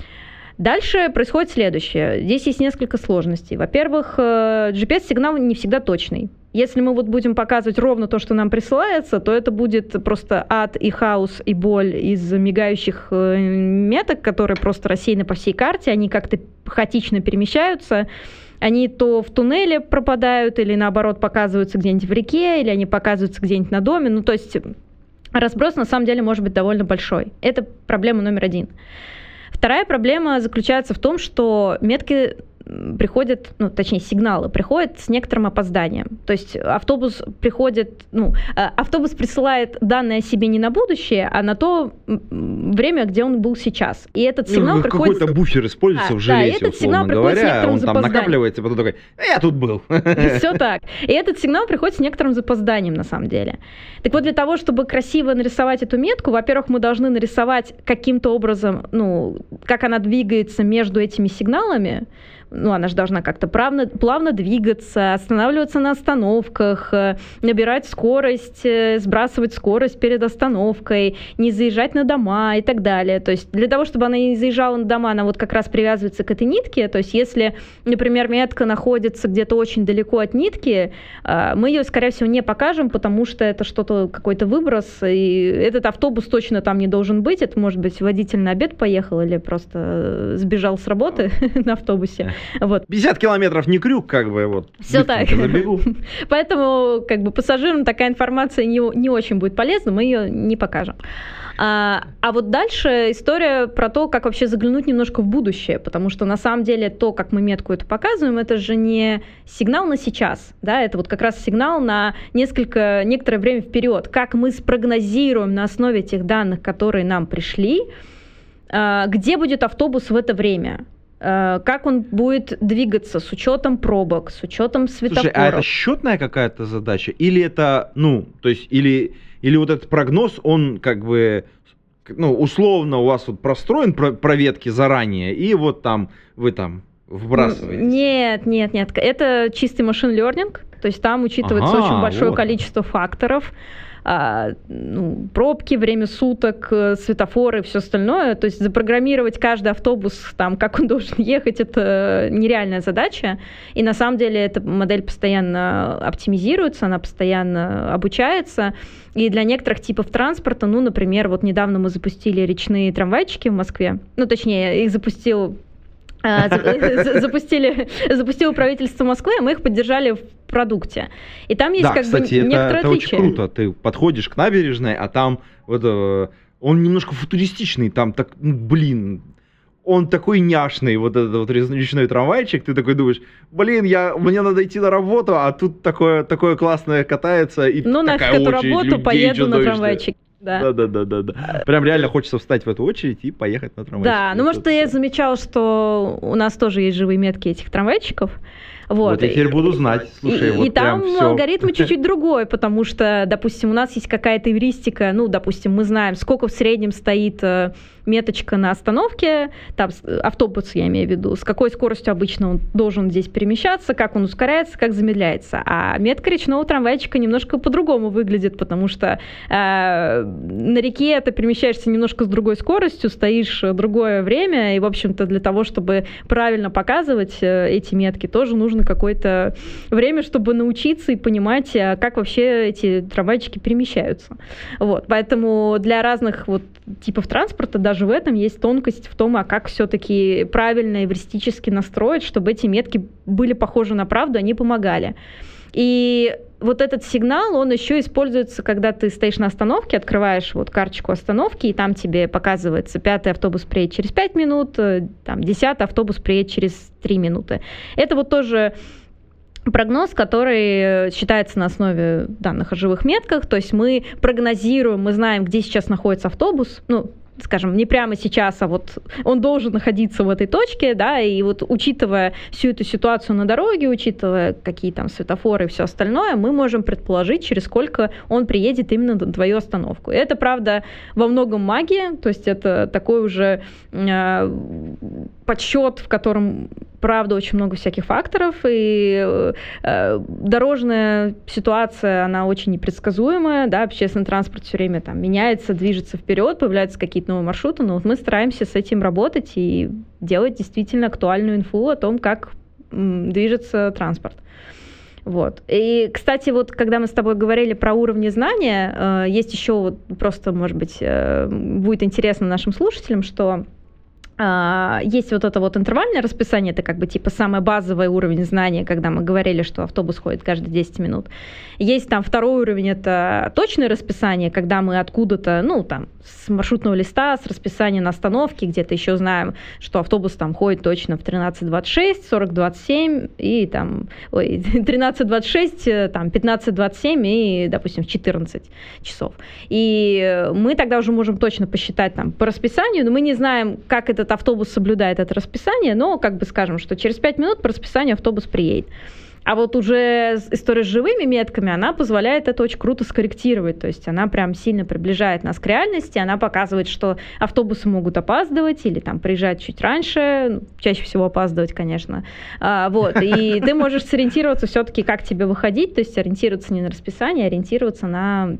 Дальше происходит следующее. Здесь есть несколько сложностей. Во-первых, джи пи эс-сигнал не всегда точный. Если мы вот будем показывать ровно то, что нам присылается, то это будет просто ад и хаос и боль из мигающих меток, которые просто рассеяны по всей карте, они как-то хаотично перемещаются, они то в туннеле пропадают, или наоборот показываются где-нибудь в реке, или они показываются где-нибудь на доме. Ну, то есть разброс на самом деле может быть довольно большой. Это проблема номер один. Вторая проблема заключается в том, что метки приходят, ну, точнее, сигналы приходят с некоторым опозданием. То есть автобус приходит, ну, автобус присылает данные о себе не на будущее, а на то время, где он был сейчас. И этот сигнал ну, приходит... Какой-то буфер используется а, в железе, да, условно говоря, он там накапливается, потом такой, я тут был. Все так. И этот сигнал приходит с некоторым запозданием, на самом деле. Так вот, для того, чтобы красиво нарисовать эту метку, во-первых, мы должны нарисовать каким-то образом, ну, как она двигается между этими сигналами. Ну, она же должна как-то плавно, плавно двигаться, останавливаться на остановках, набирать скорость, сбрасывать скорость перед остановкой, не заезжать на дома и так далее. То есть для того, чтобы она не заезжала на дома, она вот как раз привязывается к этой нитке. То есть если, например, метка находится где-то очень далеко от нитки, мы ее, скорее всего, не покажем, потому что это что-то, какой-то выброс, и этот автобус точно там не должен быть. Это, может быть, водитель на обед поехал или просто сбежал с работы на автобусе. Вот. пятьдесят километров не крюк, как бы, вот. Все так. Забегу. Поэтому, как бы, пассажирам такая информация не, не очень будет полезна, мы ее не покажем. А, а вот дальше история про то, как вообще заглянуть немножко в будущее, потому что на самом деле то, как мы метку эту показываем, это же не сигнал на сейчас, да, это вот как раз сигнал на несколько, некоторое время вперед, как мы спрогнозируем на основе тех данных, которые нам пришли, где будет автобус в это время. Как он будет двигаться с учетом пробок, с учетом светофоров. Слушай, а это счетная какая-то задача? Или это, ну, то есть, или, или вот этот прогноз, он как бы, ну, условно у вас вот простроен про, про ветки заранее, и вот там вы там вбрасываете? Нет, нет, нет. Это чистый machine learning. То есть там учитывается ага, очень большое вот. количество факторов, а, ну, пробки, время суток, светофоры, все остальное. То есть запрограммировать каждый автобус, там, как он должен ехать, это нереальная задача. И на самом деле эта модель постоянно оптимизируется, она постоянно обучается. И для некоторых типов транспорта, ну, например, вот недавно мы запустили речные трамвайчики в Москве. Ну, точнее, их запустил... Запустили, запустило правительство Москвы, и мы их поддержали в продукте. И там есть да, как кстати, бы это, некоторые это отличия. очень круто. Ты подходишь к набережной, а там вот, э, он немножко футуристичный, там так, ну, блин, он такой няшный, вот этот вот речной трамвайчик, ты такой думаешь, блин, я, мне надо идти на работу, а тут такое, такое классное катается, и ну, такая нафиг эту очередь работу, людей поеду на трамвайчик. Да. Да, да, да, да. Прям реально хочется встать в эту очередь и поехать на трамвайчик. Да, ну, может, я замечал, что у нас тоже есть живые метки этих трамвайчиков. Вот, вот я теперь буду знать. Слушай, и, вот и там всё. алгоритм чуть-чуть другой, потому что, допустим, у нас есть какая-то эвристика, ну, допустим, мы знаем, сколько в среднем стоит меточка на остановке, там автобус, я имею в виду, с какой скоростью обычно он должен здесь перемещаться, как он ускоряется, как замедляется. А метка речного трамвайчика немножко по-другому выглядит, потому что э, на реке ты перемещаешься немножко с другой скоростью, стоишь другое время, и, в общем-то, для того, чтобы правильно показывать э, эти метки, тоже нужно какое-то время, чтобы научиться и понимать, как вообще эти трамвайчики перемещаются. Вот. Поэтому для разных вот типов транспорта даже в этом есть тонкость в том, а как все-таки правильно эвристически настроить, чтобы эти метки были похожи на правду, они помогали. И вот этот сигнал, он еще используется, когда ты стоишь на остановке, открываешь вот карточку остановки, и там тебе показывается, пятый автобус приедет через пять минут, там, десятый автобус приедет через три минуты. Это вот тоже прогноз, который считается на основе данных о живых метках, то есть мы прогнозируем, мы знаем, где сейчас находится автобус, ну, скажем, не прямо сейчас, а вот он должен находиться в этой точке, да, и вот учитывая всю эту ситуацию на дороге, учитывая какие там светофоры и все остальное, мы можем предположить, через сколько он приедет именно на твою остановку. И это, правда, во многом магия, то есть это такой уже э, подсчет, в котором правда очень много всяких факторов, и э, дорожная ситуация, она очень непредсказуемая, да, общественный транспорт все время там меняется, движется вперед, появляются какие-то новые маршруты, но вот мы стараемся с этим работать и делать действительно актуальную инфу о том, как м, движется транспорт. Вот. И, кстати, вот когда мы с тобой говорили про уровни знания, э, есть еще вот просто, может быть, э, будет интересно нашим слушателям, что есть вот это вот интервальное расписание, это как бы типа самый базовый уровень знания, когда мы говорили, что автобус ходит каждые десять минут. Есть там второй уровень, это точное расписание, когда мы откуда-то, ну там, с маршрутного листа, с расписания на остановке, где-то еще знаем, что автобус там ходит точно в тринадцать двадцать шесть, сорок двадцать семь и там, ой, тринадцать двадцать шесть, там, пятнадцать двадцать семь и, допустим, в четырнадцать часов. И мы тогда уже можем точно посчитать там по расписанию, но мы не знаем, как этот автобус соблюдает это расписание, но как бы скажем, что через пять минут по расписанию автобус приедет. А вот уже история с живыми метками, она позволяет это очень круто скорректировать, то есть она прям сильно приближает нас к реальности, она показывает, что автобусы могут опаздывать или там приезжать чуть раньше, чаще всего опаздывать, конечно, а, вот, и ты можешь сориентироваться все-таки, как тебе выходить, то есть ориентироваться не на расписание, а ориентироваться на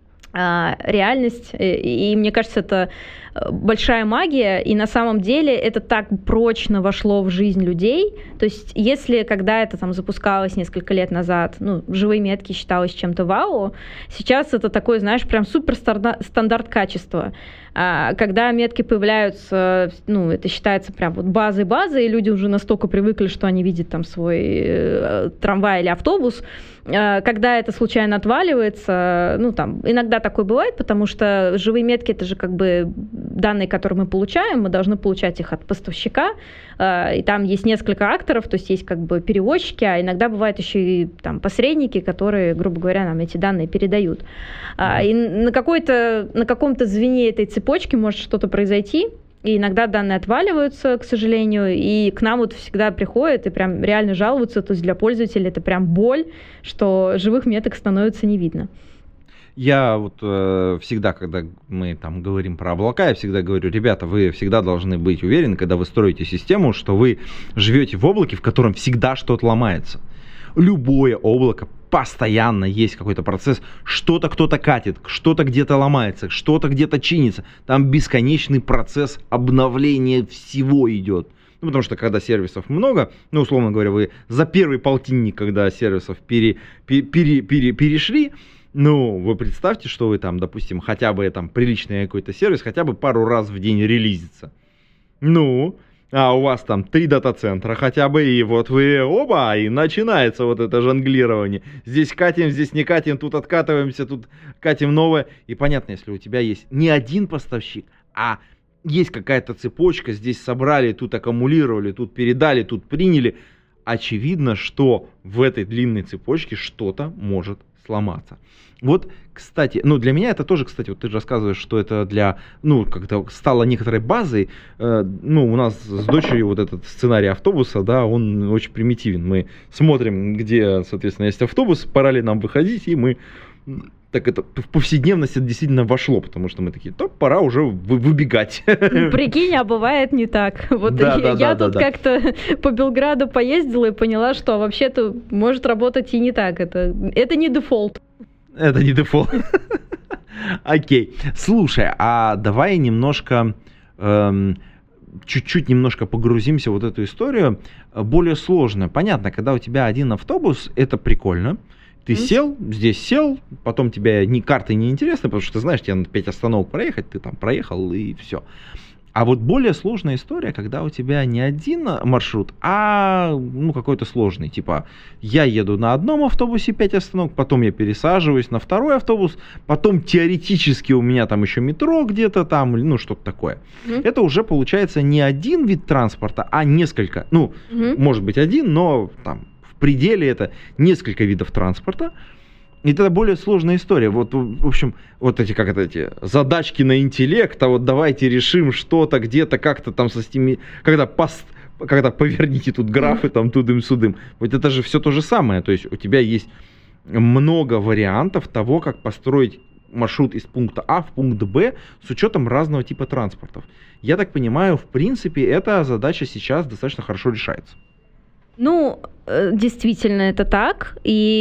а, реальность, и, и мне кажется, это большая магия, и на самом деле это так прочно вошло в жизнь людей. То есть если когда это там запускалось несколько лет назад, ну, живые метки считалось чем-то вау, сейчас это такой, знаешь, прям супер стандарт качества. А когда метки появляются, ну, это считается прям вот базой-базой, и люди уже настолько привыкли, что они видят там свой э, трамвай или автобус. Э, когда это случайно отваливается, ну, там, иногда такое бывает, потому что живые метки — это же как бы данные, которые мы получаем, мы должны получать их от поставщика, э, и там есть несколько акторов, то есть есть как бы перевозчики, а иногда бывают еще и там посредники, которые, грубо говоря, нам эти данные передают. А, и на, какой-то, на каком-то звене этой цепочки может что-то произойти, и иногда данные отваливаются, к сожалению, и к нам вот всегда приходят и прям реально жалуются, то есть для пользователя это прям боль, что живых меток становится не видно. Я вот э, всегда, когда мы там говорим про облака, я всегда говорю, ребята, вы всегда должны быть уверены, когда вы строите систему, что вы живете в облаке, в котором всегда что-то ломается. любое облако, постоянно есть какой-то процесс, что-то кто-то катит, что-то где-то ломается, что-то где-то чинится. Там бесконечный процесс обновления всего идет. Ну, потому что когда сервисов много, ну, условно говоря, вы за первый полтинник, когда сервисов пере, пере, пере, пере, перешли, ну, вы представьте, что вы там, допустим, хотя бы там приличный какой-то сервис, хотя бы пару раз в день релизится. Ну, а у вас там три дата-центра хотя бы, и вот вы оба, и начинается вот это жонглирование. Здесь катим, здесь не катим, тут откатываемся, тут катим новое. И понятно, если у тебя есть не один поставщик, а есть какая-то цепочка, здесь собрали, тут аккумулировали, тут передали, тут приняли. Очевидно, что в этой длинной цепочке что-то может сломаться. Вот, кстати, ну для меня это тоже, кстати, вот ты же рассказываешь, что это для, ну, как-то стало некоторой базой. Э, ну, у нас с дочерью вот этот сценарий автобуса, да, он очень примитивен. Мы смотрим, где, соответственно, есть автобус, пора ли нам выходить, и мы... Так это в повседневность это действительно вошло, потому что мы такие, то пора уже вы, выбегать. Прикинь, а бывает не так. Вот да, я, да, я да, тут да, как-то да. по Белграду поездила и поняла, что вообще-то может работать и не так. Это, это не дефолт. Это не дефолт. Окей. Слушай, а давай немножко, эм, чуть-чуть немножко погрузимся в вот эту историю, более сложную. Понятно, когда у тебя один автобус, это прикольно. Ты mm-hmm. сел, здесь сел, потом тебе ни карты не интересны, потому что ты знаешь, тебе надо пять остановок проехать, ты там проехал и все. А вот более сложная история, когда у тебя не один маршрут, а ну, какой-то сложный. Типа я еду на одном автобусе пять остановок, потом я пересаживаюсь на второй автобус, потом теоретически у меня там еще метро где-то там, ну что-то такое. Mm-hmm. Это уже получается не один вид транспорта, а несколько. Ну, mm-hmm. может быть один, но там... В пределе это несколько видов транспорта. И это более сложная история. Вот, в общем, вот эти, как это, эти задачки на интеллект, а вот давайте решим что-то где-то, как-то там со стими... Когда, пост... когда поверните тут графы, там тудым-судым. Вот это же все то же самое. То есть у тебя есть много вариантов того, как построить маршрут из пункта А в пункт Б с учетом разного типа транспортов. Я так понимаю, в принципе, эта задача сейчас достаточно хорошо решается. Ну, действительно, это так.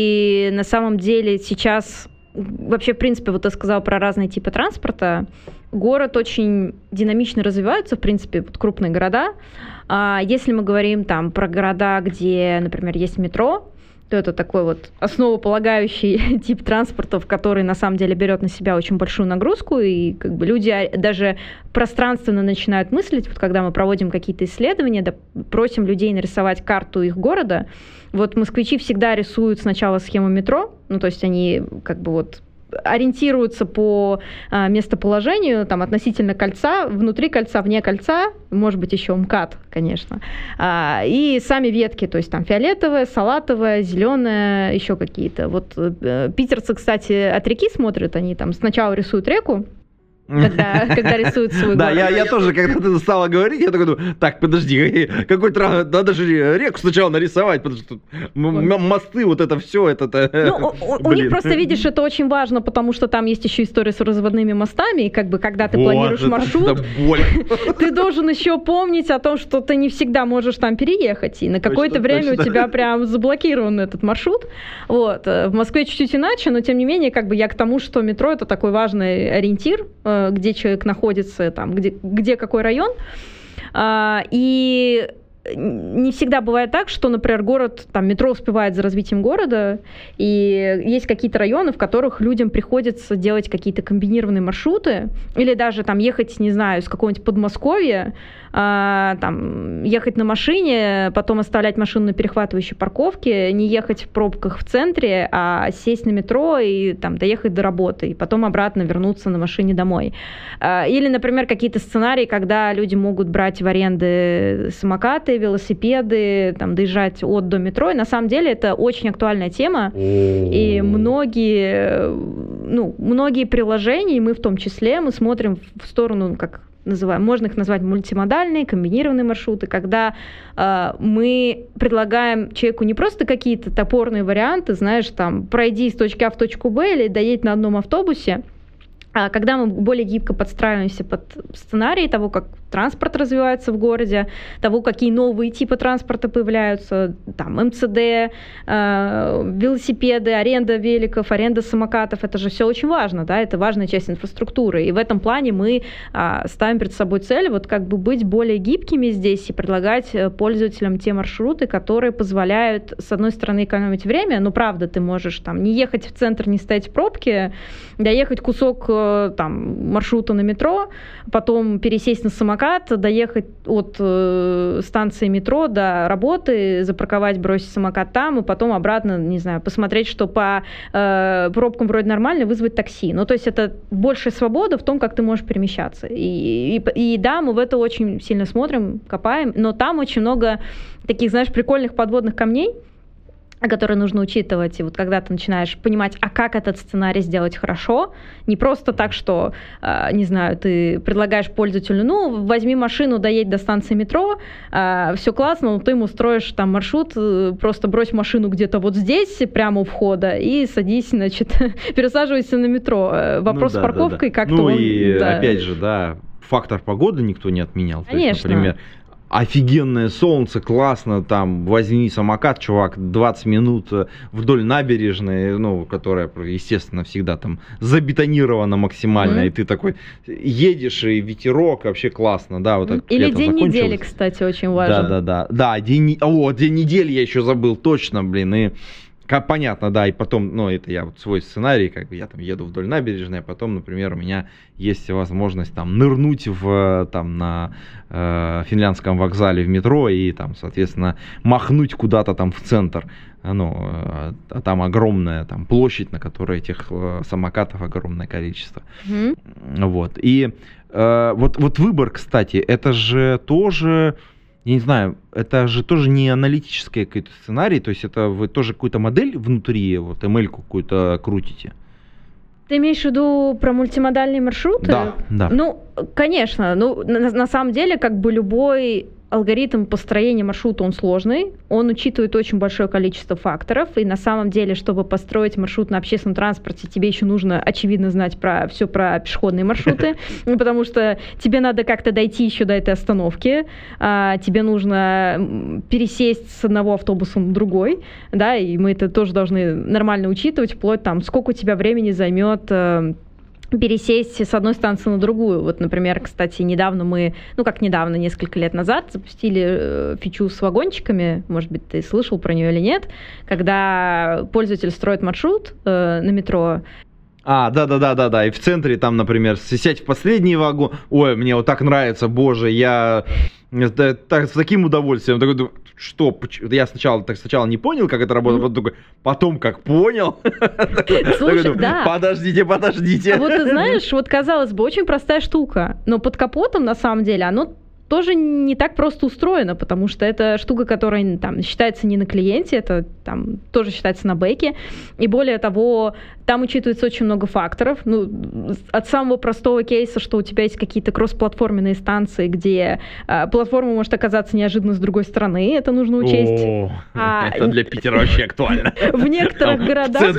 И на самом деле сейчас, вообще, в принципе, вот ты сказал про разные типы транспорта. Город очень динамично развивается, в принципе, вот крупные города. А если мы говорим там про города, где, например, есть метро, то это такой вот основополагающий тип транспорта, который на самом деле берет на себя очень большую нагрузку, и как бы люди даже пространственно начинают мыслить, вот когда мы проводим какие-то исследования, да, просим людей нарисовать карту их города. Вот москвичи всегда рисуют сначала схему метро, ну то есть они как бы вот ориентируются по а, местоположению там, относительно кольца, внутри кольца, вне кольца, может быть, еще МКАД, конечно, а, и сами ветки, то есть там фиолетовая, салатовая, зеленая, еще какие-то. Вот э, питерцы, кстати, от реки смотрят, они там сначала рисуют реку, когда, когда рисуют свой да, город. Да, я, я тоже, когда ты стала говорить, я такой думаю, так, подожди, какой транспорт, надо же реку сначала нарисовать, потому что м- мосты, вот это все, это... Ну, у, у них просто, видишь, это очень важно, потому что там есть еще история с разводными мостами, и как бы, когда ты вот, планируешь это, маршрут, это ты должен еще помнить о том, что ты не всегда можешь там переехать, и на какое-то точно, время точно. У тебя прям заблокирован этот маршрут. Вот. В Москве чуть-чуть иначе, но тем не менее, как бы я к тому, что метро — это такой важный ориентир, где человек находится, там, где, где какой район. А, и не всегда бывает так, что, например, город, там, метро успевает за развитием города, и есть какие-то районы, в которых людям приходится делать какие-то комбинированные маршруты, или даже там ехать, не знаю, из какого-нибудь Подмосковья, а, там, ехать на машине, потом оставлять машину на перехватывающей парковке, не ехать в пробках в центре, а сесть на метро и там, доехать до работы, и потом обратно вернуться на машине домой. А, или, например, какие-то сценарии, когда люди могут брать в аренды самокаты, велосипеды, там, доезжать от до метро. И на самом деле это очень актуальная тема. И многие, ну, многие приложения, и мы в том числе, мы смотрим в сторону, как называем, можно их назвать мультимодальные, комбинированные маршруты, когда э, мы предлагаем человеку не просто какие-то топорные варианты, знаешь, там, пройди из точки А в точку Б или доедь на одном автобусе, а когда мы более гибко подстраиваемся под сценарий того, как транспорт развивается в городе, того, какие новые типы транспорта появляются, там, эм цэ дэ, э, велосипеды, аренда великов, аренда самокатов, это же все очень важно, да, это важная часть инфраструктуры, и в этом плане мы э, ставим перед собой цель вот как бы быть более гибкими здесь и предлагать пользователям те маршруты, которые позволяют, с одной стороны, экономить время, но правда, ты можешь там не ехать в центр, не стоять в пробке, доехать кусок там маршрута на метро, потом пересесть на самокат, доехать от э, станции метро до работы, запарковать, бросить самокат там, и потом обратно, не знаю, посмотреть, что по э, пробкам вроде нормально, вызвать такси. Ну, то есть это большая свобода в том, как ты можешь перемещаться. И, и, и да, мы в это очень сильно смотрим, копаем, но там очень много таких, знаешь, прикольных подводных камней, которые нужно учитывать. И вот когда ты начинаешь понимать, а как этот сценарий сделать хорошо, не просто так, что, э, не знаю, ты предлагаешь пользователю, ну, возьми машину, доедь до станции метро, э, все классно, но ты ему строишь там маршрут, э, просто брось машину где-то вот здесь, прямо у входа, и садись, значит, пересаживайся на метро. Вопрос ну, да, с парковкой да, да. как-то... Ну он, и да. опять же, да, фактор погоды никто не отменял. Конечно. То есть, например, офигенное солнце, классно, там, возьми самокат, чувак, двадцать минут вдоль набережной, ну, которая, естественно, всегда там забетонирована максимально, mm-hmm. и ты такой едешь, и ветерок, вообще классно, да, вот mm-hmm. Или день недели, кстати, очень важен. Да-да-да, да, день, о, день недели я еще забыл, точно, блин, и... Как понятно, да, и потом, ну, это я вот свой сценарий, как бы я там еду вдоль набережной, а потом, например, у меня есть возможность там нырнуть в, там, на э, финляндском вокзале в метро и там, соответственно, махнуть куда-то там в центр. Ну, а там огромная там площадь, на которой этих э, самокатов огромное количество. Mm-hmm. Вот, и э, вот, вот выбор, кстати, это же тоже... Я не знаю, это же тоже не аналитический какой-то сценарий, то есть это вы тоже какую-то модель внутри, вот эм эль-ку какую-то крутите? Ты имеешь в виду про мультимодальные маршруты? Да, да. Ну, конечно, ну, на, на самом деле, как бы любой алгоритм построения маршрута, он сложный, он учитывает очень большое количество факторов, и на самом деле, чтобы построить маршрут на общественном транспорте, тебе еще нужно, очевидно, знать про все про пешеходные маршруты, потому что тебе надо как-то дойти еще до этой остановки, тебе нужно пересесть с одного автобуса на другой, да, и мы это тоже должны нормально учитывать, вплоть там, сколько у тебя времени займет пересесть с одной станции на другую. Вот, например, кстати, недавно мы, ну как недавно, несколько лет назад запустили фичу с вагончиками, может быть, ты слышал про нее или нет, когда пользователь строит маршрут э, на метро. А, да-да-да-да-да, и в центре там, например, сядь в последний вагон, ой, мне вот так нравится, боже, я так, с таким удовольствием, такой, думаю, что, я сначала, так сначала не понял, как это работает, потом, такой, потом как понял. Слушай, да. Подождите, подождите. Вот ты знаешь, вот казалось бы, очень простая штука, но под капотом, на самом деле, оно тоже не так просто устроено, потому что это штука, которая там считается не на клиенте, это там тоже считается на бэке, и более того, там учитывается очень много факторов, ну, от самого простого кейса, что у тебя есть какие-то кросс-платформенные станции, где э, платформа может оказаться неожиданно с другой стороны, это нужно учесть. О, а, это для Питера вообще актуально. В некоторых городах,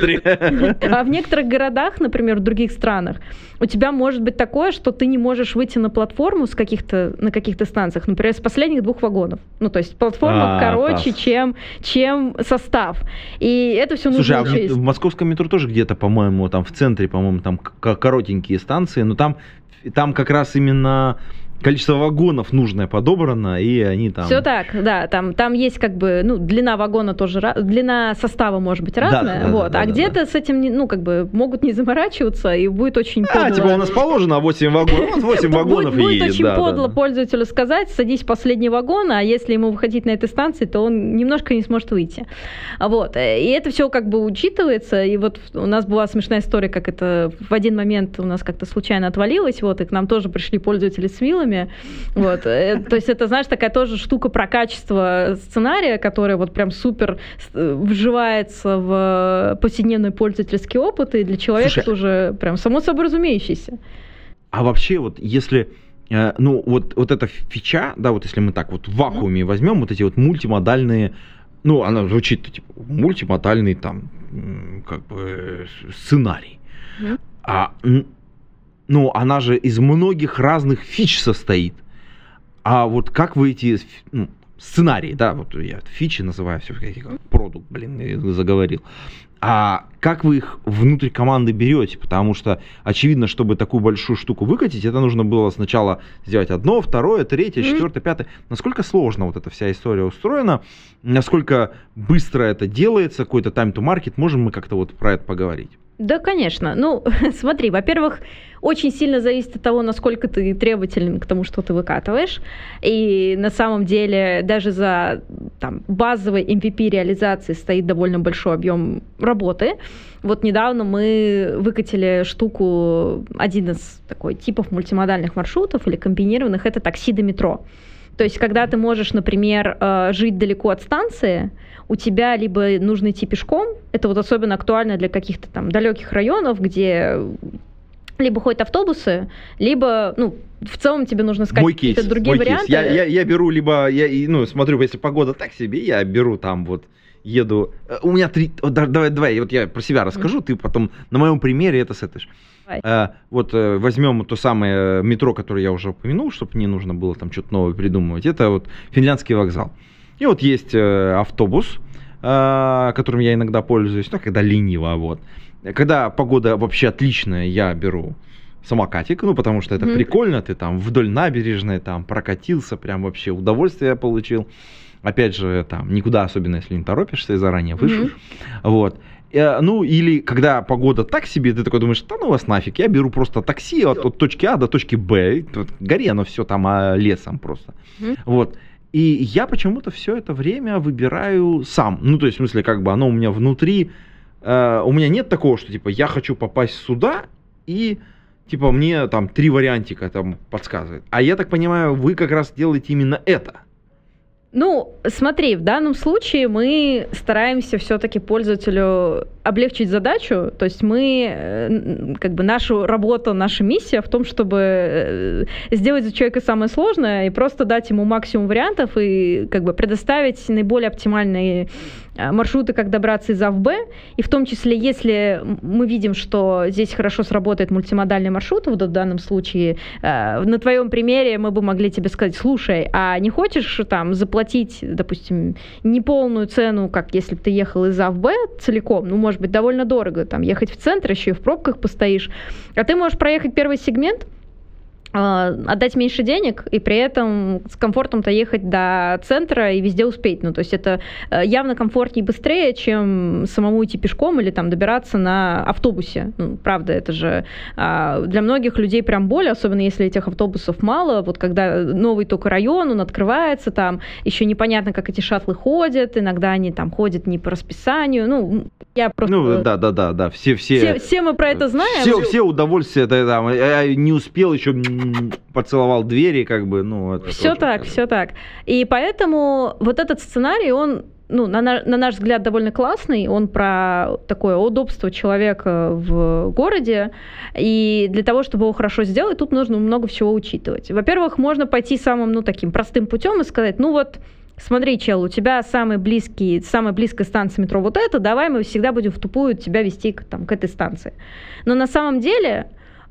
а в некоторых городах, например, в других странах, у тебя может быть такое, что ты не можешь выйти на платформу с каких-то, на каких-то станциях, например, с последних двух вагонов. Ну, то есть платформа а, короче, чем, чем состав. И это все нужно учесть. Слушай, а в, в московском метро тоже где-то, по-моему, там в центре, по-моему, там коротенькие станции, но там, там как раз именно количество вагонов нужное подобрано, и они там... Все так, да, там, там есть как бы, ну, длина вагона тоже, длина состава может быть разная, да, вот, да, да, а да, где-то да. с этим, ну, как бы, могут не заморачиваться, и будет очень подло... А, типа у нас положено восемь вагонов, вот восемь вагонов и едет. Будет очень подло пользователю сказать, садись в последний вагон, а если ему выходить на этой станции, то он немножко не сможет выйти. Вот, и это все как бы учитывается, и вот у нас была смешная история, как это в один момент у нас как-то случайно отвалилось, вот, и к нам тоже пришли пользователи с вилами. Вот. То есть это, знаешь, такая тоже штука про качество сценария, которая вот прям супер вживается в повседневный пользовательский опыт, и для человека Слушай, тоже прям само собой разумеющийся. А вообще вот если... Ну, вот, вот эта фича, да, вот если мы так вот в вакууме mm-hmm. возьмем вот эти вот мультимодальные, ну, она звучит, типа, мультимодальный там, как бы, сценарий. Mm-hmm. А... Ну, она же из многих разных фич состоит. А вот как вы эти ну, сценарии, да, вот я фичи называю все, как продукт, блин, я заговорил. А как вы их внутрь команды берете? Потому что, очевидно, чтобы такую большую штуку выкатить, это нужно было сначала сделать одно, второе, третье, четвертое, пятое. Насколько сложно вот эта вся история устроена? Насколько быстро это делается? Какой-то time to market? Можем мы как-то вот про это поговорить? Да, конечно. Ну, смотри, во-первых, очень сильно зависит от того, насколько ты требователен к тому, что ты выкатываешь. И на самом деле даже за там, базовой эм ви пи-реализации стоит довольно большой объем работы. Вот недавно мы выкатили штуку, один из такой типов мультимодальных маршрутов или комбинированных, это такси до метро. То есть, когда ты можешь, например, жить далеко от станции, у тебя либо нужно идти пешком, это вот особенно актуально для каких-то там далеких районов, где либо ходят автобусы, либо, ну, в целом тебе нужно искать мой какие-то кейс, другие мой варианты. Кейс. Я, я, я беру либо, я, ну, смотрю, если погода так себе, я беру там вот, еду. У меня три, давай, давай, вот я про себя расскажу, mm-hmm. ты потом на моем примере это сетишь. Uh, вот uh, возьмем то самое метро, которое я уже упомянул, чтобы не нужно было там что-то новое придумывать. Это вот Финляндский вокзал. И вот есть uh, автобус, uh, которым я иногда пользуюсь, ну, когда лениво, вот. Когда погода вообще отличная, я беру самокатик, ну, потому что это mm-hmm. прикольно, ты там вдоль набережной там прокатился, прям вообще удовольствие получил. Опять же, там, никуда, особенно если не торопишься и заранее вышел. Mm-hmm. Вот. Ну, или когда погода так себе, ты такой думаешь, да ну вас нафиг, я беру просто такси от, от точки А до точки Б, вот, горе оно все там а, лесом просто. Mm-hmm. Вот. И я почему-то все это время выбираю сам. Ну, то есть, в смысле, как бы оно у меня внутри, э, у меня нет такого, что, типа, я хочу попасть сюда, и, типа, мне там три вариантика там подсказывает. А я так понимаю, вы как раз делаете именно это. Ну, смотри, в данном случае мы стараемся все-таки пользователю облегчить задачу, то есть мы, как бы нашу работу, наша миссия в том, чтобы сделать для человека самое сложное и просто дать ему максимум вариантов и как бы предоставить наиболее оптимальные маршруты, как добраться из А в Б, и в том числе, если мы видим, что здесь хорошо сработает мультимодальный маршрут, вот в данном случае, на твоем примере мы бы могли тебе сказать, слушай, а не хочешь там заплатить, допустим, неполную цену, как если бы ты ехал из А в Б целиком, ну, может быть, довольно дорого, там, ехать в центр, еще и в пробках постоишь, а ты можешь проехать первый сегмент, отдать меньше денег и при этом с комфортом-то ехать до центра и везде успеть. Ну, то есть это явно комфортнее и быстрее, чем самому идти пешком или там добираться на автобусе. Ну, правда, это же для многих людей прям боль, особенно если этих автобусов мало. Вот когда новый только район, он открывается, там еще непонятно, как эти шаттлы ходят, иногда они там ходят не по расписанию. Ну, я просто... Ну, да-да-да, все, все, все, все мы про это знаем. Все, все удовольствия, да, да, я не успел еще... поцеловал двери, как бы, ну... Это все так, как... все так. И поэтому вот этот сценарий, он, ну, на, на наш взгляд, довольно классный, он про такое удобство человека в городе, и для того, чтобы его хорошо сделать, тут нужно много всего учитывать. Во-первых, можно пойти самым, ну, таким простым путем и сказать, ну, вот, смотри, чел, у тебя самый близкий, самая близкая станция метро вот эта, давай мы всегда будем в тупую тебя вести к, там, к этой станции. Но на самом деле...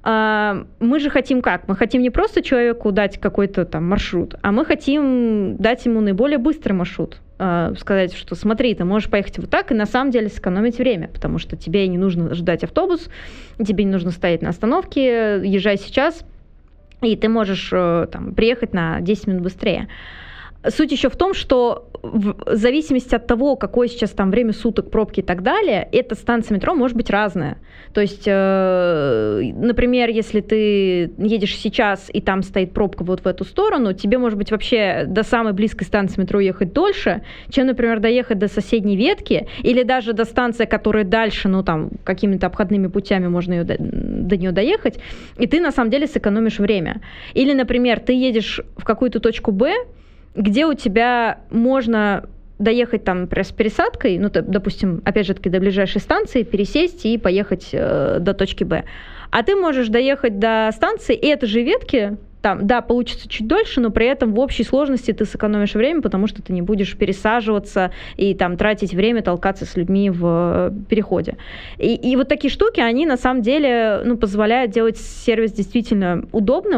мы же хотим как? Мы хотим не просто человеку дать какой-то там маршрут, а мы хотим дать ему наиболее быстрый маршрут. Сказать, что смотри, ты можешь поехать вот так и на самом деле сэкономить время, потому что тебе не нужно ждать автобус, тебе не нужно стоять на остановке, езжай сейчас, и ты можешь там, приехать на десять минут быстрее. Суть еще в том, что в зависимости от того, какое сейчас там время суток, пробки и так далее, эта станция метро может быть разная. То есть, э, например, если ты едешь сейчас, и там стоит пробка вот в эту сторону, тебе, может быть, вообще до самой близкой станции метро ехать дольше, чем, например, доехать до соседней ветки, или даже до станции, которая дальше, ну, там, какими-то обходными путями можно ее до, до нее доехать, и ты, на самом деле, сэкономишь время. Или, например, ты едешь в какую-то точку Б, где у тебя можно доехать там с пересадкой, ну, допустим, опять же таки, до ближайшей станции, пересесть и поехать э, до точки Б. А ты можешь доехать до станции, и этой же ветки, там, да, получится чуть дольше, но при этом в общей сложности ты сэкономишь время, потому что ты не будешь пересаживаться и там тратить время, толкаться с людьми в переходе. И, и вот такие штуки, они на самом деле, ну, позволяют делать сервис действительно удобным,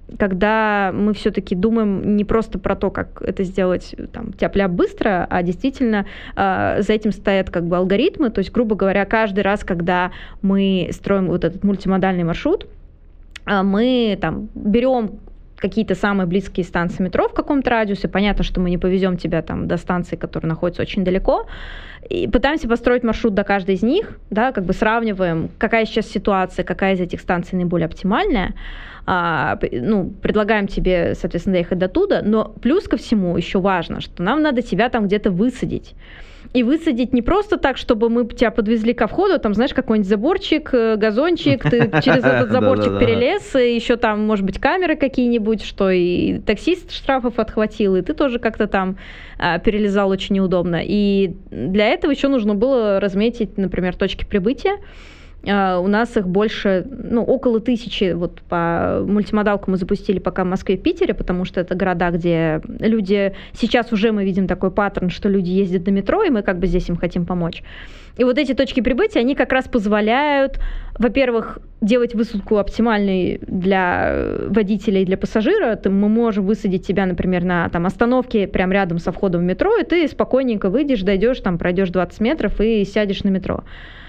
когда мы все-таки думаем не просто про то, как это сделать там, тяп-ляп быстро, а действительно э, за этим стоят как бы алгоритмы. То есть, грубо говоря, каждый раз, когда мы строим вот этот мультимодальный маршрут, э, мы там берем какие-то самые близкие станции метро в каком-то радиусе. Понятно, что мы не повезем тебя там до станции, которая находится очень далеко. И пытаемся построить маршрут до каждой из них, да, как бы сравниваем, какая сейчас ситуация, какая из этих станций наиболее оптимальная. А, ну, предлагаем тебе, соответственно, доехать до туда, но плюс ко всему еще важно, что нам надо тебя там где-то высадить. И высадить не просто так, чтобы мы тебя подвезли ко входу, там, знаешь, какой-нибудь заборчик, газончик, ты через этот заборчик перелез, и еще там, может быть, камеры какие-нибудь, что и таксист штрафов отхватил, и ты тоже как-то там перелезал очень неудобно. И для этого еще нужно было разметить, например, точки прибытия. Uh, у нас их больше, ну, около тысячи, вот по мультимодалку мы запустили пока в Москве и Питере, потому что это города, где люди, сейчас уже мы видим такой паттерн, что люди ездят до метро, и мы как бы здесь им хотим помочь. И вот эти точки прибытия, они как раз позволяют, во-первых, делать высадку оптимальной для водителя и для пассажира. Мы можем высадить тебя, например, на там, остановке прямо рядом со входом в метро, и ты спокойненько выйдешь, дойдешь, там, пройдешь двадцать метров и сядешь на метро.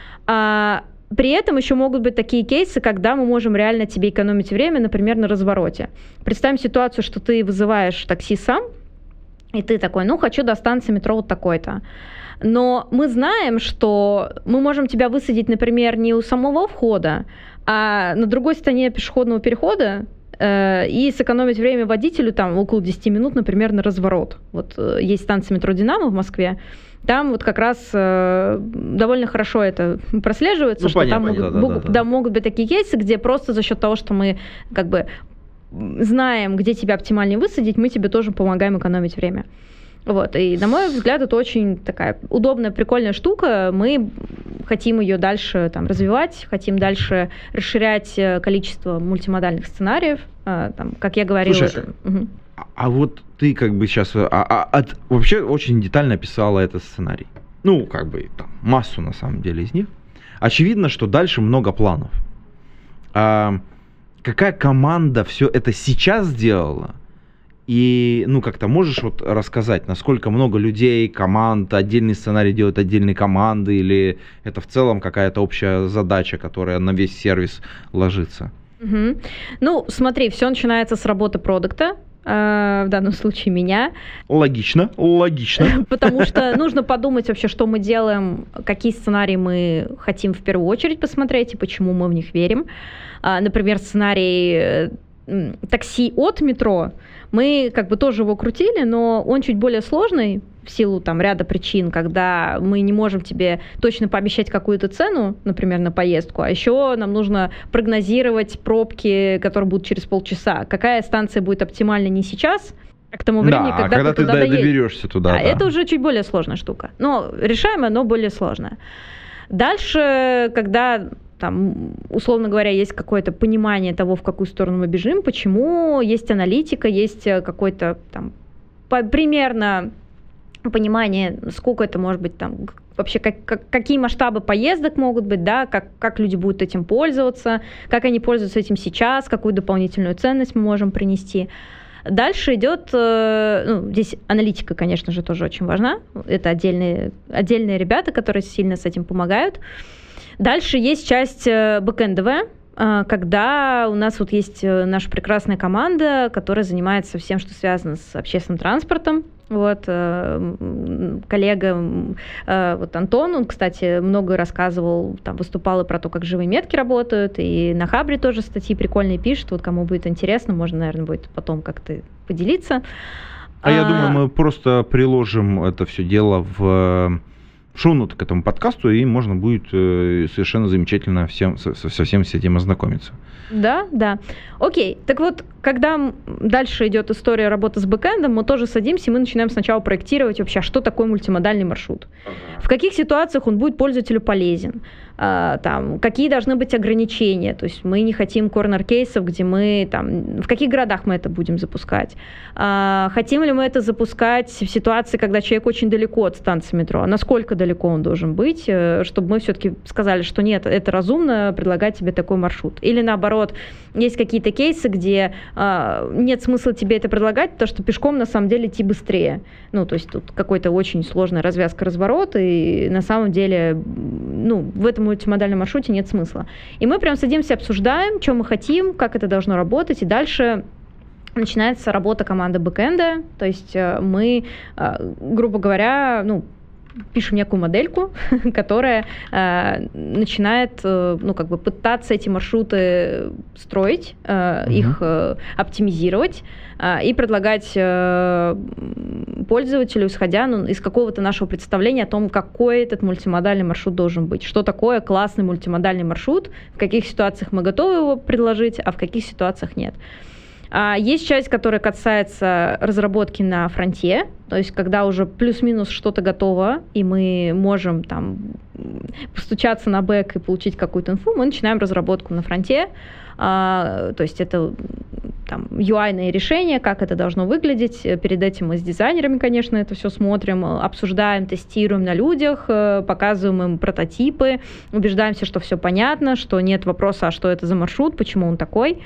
А при этом еще могут быть такие кейсы, когда мы можем реально тебе экономить время, например, на развороте. Представим ситуацию, что ты вызываешь такси сам, и ты такой, ну, хочу до станции метро вот такой-то. Но мы знаем, что мы можем тебя высадить, например, не у самого входа, а на другой стороне пешеходного перехода, э, и сэкономить время водителю там около десять минут, например, на разворот. Вот э, есть станция метро «Динамо» в Москве. Там вот как раз э, довольно хорошо это прослеживается, ну, что понятно, там могут, да, могут, да, да. Да, могут быть такие кейсы, где просто за счет того, что мы как бы знаем, где тебя оптимальнее высадить, мы тебе тоже помогаем экономить время. Вот. И, на мой взгляд, это очень такая удобная, прикольная штука. Мы хотим ее дальше там, развивать, хотим дальше расширять количество мультимодальных сценариев. А, там, как я говорила... Слушай, это... угу. а, а вот ты как бы сейчас а, а, от, вообще очень детально описала этот сценарий. Ну, как бы там массу на самом деле из них. Очевидно, что дальше много планов. А, какая команда все это сейчас сделала? И, ну, как-то можешь вот рассказать, насколько много людей, команд, отдельный сценарий делают отдельные команды, или это в целом какая-то общая задача, которая на весь сервис ложится? Угу. Ну, смотри, все начинается с работы продукта, э, в данном случае меня. Логично, логично. Потому что нужно подумать вообще, что мы делаем, какие сценарии мы хотим в первую очередь посмотреть и почему мы в них верим. Например, сценарий такси от метро, мы как бы тоже его крутили, но он чуть более сложный в силу там ряда причин, когда мы не можем тебе точно пообещать какую-то цену, например, на поездку, а еще нам нужно прогнозировать пробки, которые будут через полчаса. Какая станция будет оптимальна не сейчас, а к тому времени, да, когда, когда ты, ты туда доберешься туда. А да. Это уже чуть более сложная штука. Но решаемая, но более сложная. Дальше, когда... Там, условно говоря, есть какое-то понимание того, в какую сторону мы бежим, почему, есть аналитика, есть какое-то там по- примерно понимание, сколько это может быть, там, вообще как, как, какие масштабы поездок могут быть, да, как, как люди будут этим пользоваться, как они пользуются этим сейчас, какую дополнительную ценность мы можем принести. Дальше идет, ну, здесь аналитика, конечно же, тоже очень важна, это отдельные, отдельные ребята, которые сильно с этим помогают. Дальше есть часть бэкэндовая, когда у нас вот есть наша прекрасная команда, которая занимается всем, что связано с общественным транспортом. Вот, коллега вот Антон, он, кстати, много рассказывал, там, выступал и про то, как живые метки работают, и на Хабре тоже статьи прикольные пишет. Вот кому будет интересно, можно, наверное, будет потом как-то поделиться. А, а я думаю, мы просто приложим это все дело в... шоу-ноты к этому подкасту, и можно будет э, совершенно замечательно всем, со, со всем с этим ознакомиться. Да, да. Окей, так вот, когда дальше идет история работы с бэкэндом, мы тоже садимся, и мы начинаем сначала проектировать вообще, что такое мультимодальный маршрут. Ага. В каких ситуациях он будет пользователю полезен, а, там, какие должны быть ограничения, то есть мы не хотим корнер-кейсов, где мы, там, в каких городах мы это будем запускать, а, хотим ли мы это запускать в ситуации, когда человек очень далеко от станции метро, насколько далеко он должен быть, чтобы мы все-таки сказали, что нет, это разумно предлагать тебе такой маршрут. Или наоборот, есть какие-то кейсы, где нет смысла тебе это предлагать, потому что пешком на самом деле идти быстрее. Ну, то есть тут какой-то очень сложная развязка разворота, и на самом деле, ну, в этом мультимодальном маршруте нет смысла. И мы прям садимся, обсуждаем, что мы хотим, как это должно работать, и дальше начинается работа команды бэкэнда, то есть мы, грубо говоря, ну, пишем некую модельку, которая э, начинает, э, ну, как бы пытаться эти маршруты строить, э, mm-hmm. их э, оптимизировать э, и предлагать э, пользователю, исходя ну, из какого-то нашего представления о том, какой этот мультимодальный маршрут должен быть. Что такое классный мультимодальный маршрут, в каких ситуациях мы готовы его предложить, а в каких ситуациях нет. Есть часть, которая касается разработки на фронте, то есть когда уже плюс-минус что-то готово, и мы можем там постучаться на бэк и получить какую-то инфу, мы начинаем разработку на фронте. То есть это там ю ай-ные решения, как это должно выглядеть. Перед этим мы с дизайнерами, конечно, это все смотрим, обсуждаем, тестируем на людях, показываем им прототипы, убеждаемся, что все понятно, что нет вопроса, а что это за маршрут, почему он такой.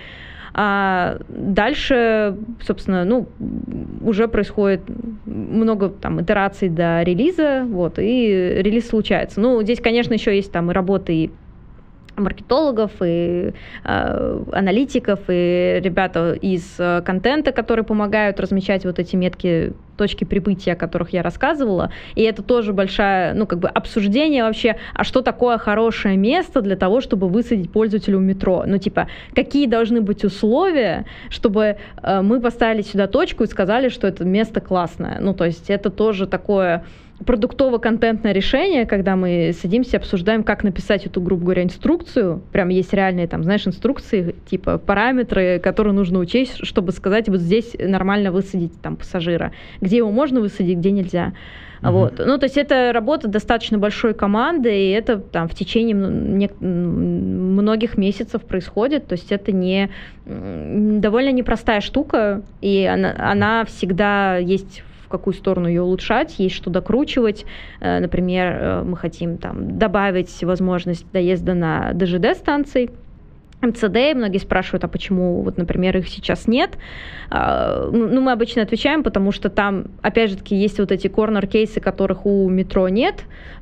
А дальше, собственно, ну, уже происходит много там итераций до релиза, вот, и релиз случается. Ну, здесь, конечно, еще есть там и работы и маркетологов, и э, аналитиков, и ребята из э, контента, которые помогают размещать вот эти метки, точки прибытия, о которых я рассказывала. И это тоже большое, ну, как бы обсуждение вообще, а что такое хорошее место для того, чтобы высадить пользователя в метро? Ну, типа, какие должны быть условия, чтобы э, мы поставили сюда точку и сказали, что это место классное. Ну, то есть это тоже такое продуктово-контентное решение, когда мы садимся, обсуждаем, как написать эту, грубо говоря, инструкцию. Прям есть реальные, там, знаешь, инструкции, типа параметры, которые нужно учесть, чтобы сказать, вот здесь нормально высадить там пассажира. Где его можно высадить, где нельзя. Uh-huh. Вот. Ну, то есть это работа достаточно большой команды, и это там в течение не, многих месяцев происходит. То есть это не довольно непростая штука, и она, она всегда есть в какую сторону ее улучшать, есть что докручивать. Например, мы хотим там добавить возможность доезда на дэ жэ дэ-станции, эм цэ дэ, многие спрашивают, а почему, вот, например, их сейчас нет. Ну, мы обычно отвечаем, потому что там, опять же таки, есть вот эти корнер-кейсы, которых у метро нет,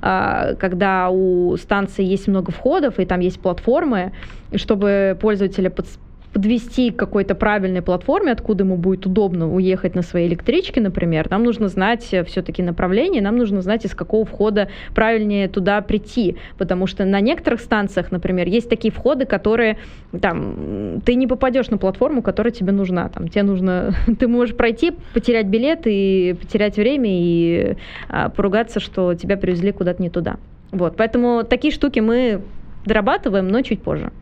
когда у станции есть много входов, и там есть платформы, и чтобы пользователя под подвести к какой-то правильной платформе, откуда ему будет удобно уехать на своей электричке, например, нам нужно знать все-таки направление, нам нужно знать, из какого входа правильнее туда прийти, потому что на некоторых станциях, например, есть такие входы, которые там, ты не попадешь на платформу, которая тебе нужна, там, тебе нужно, ты можешь пройти, потерять билет и потерять время и а, поругаться, что тебя привезли куда-то не туда. Вот, поэтому такие штуки мы дорабатываем, но чуть позже.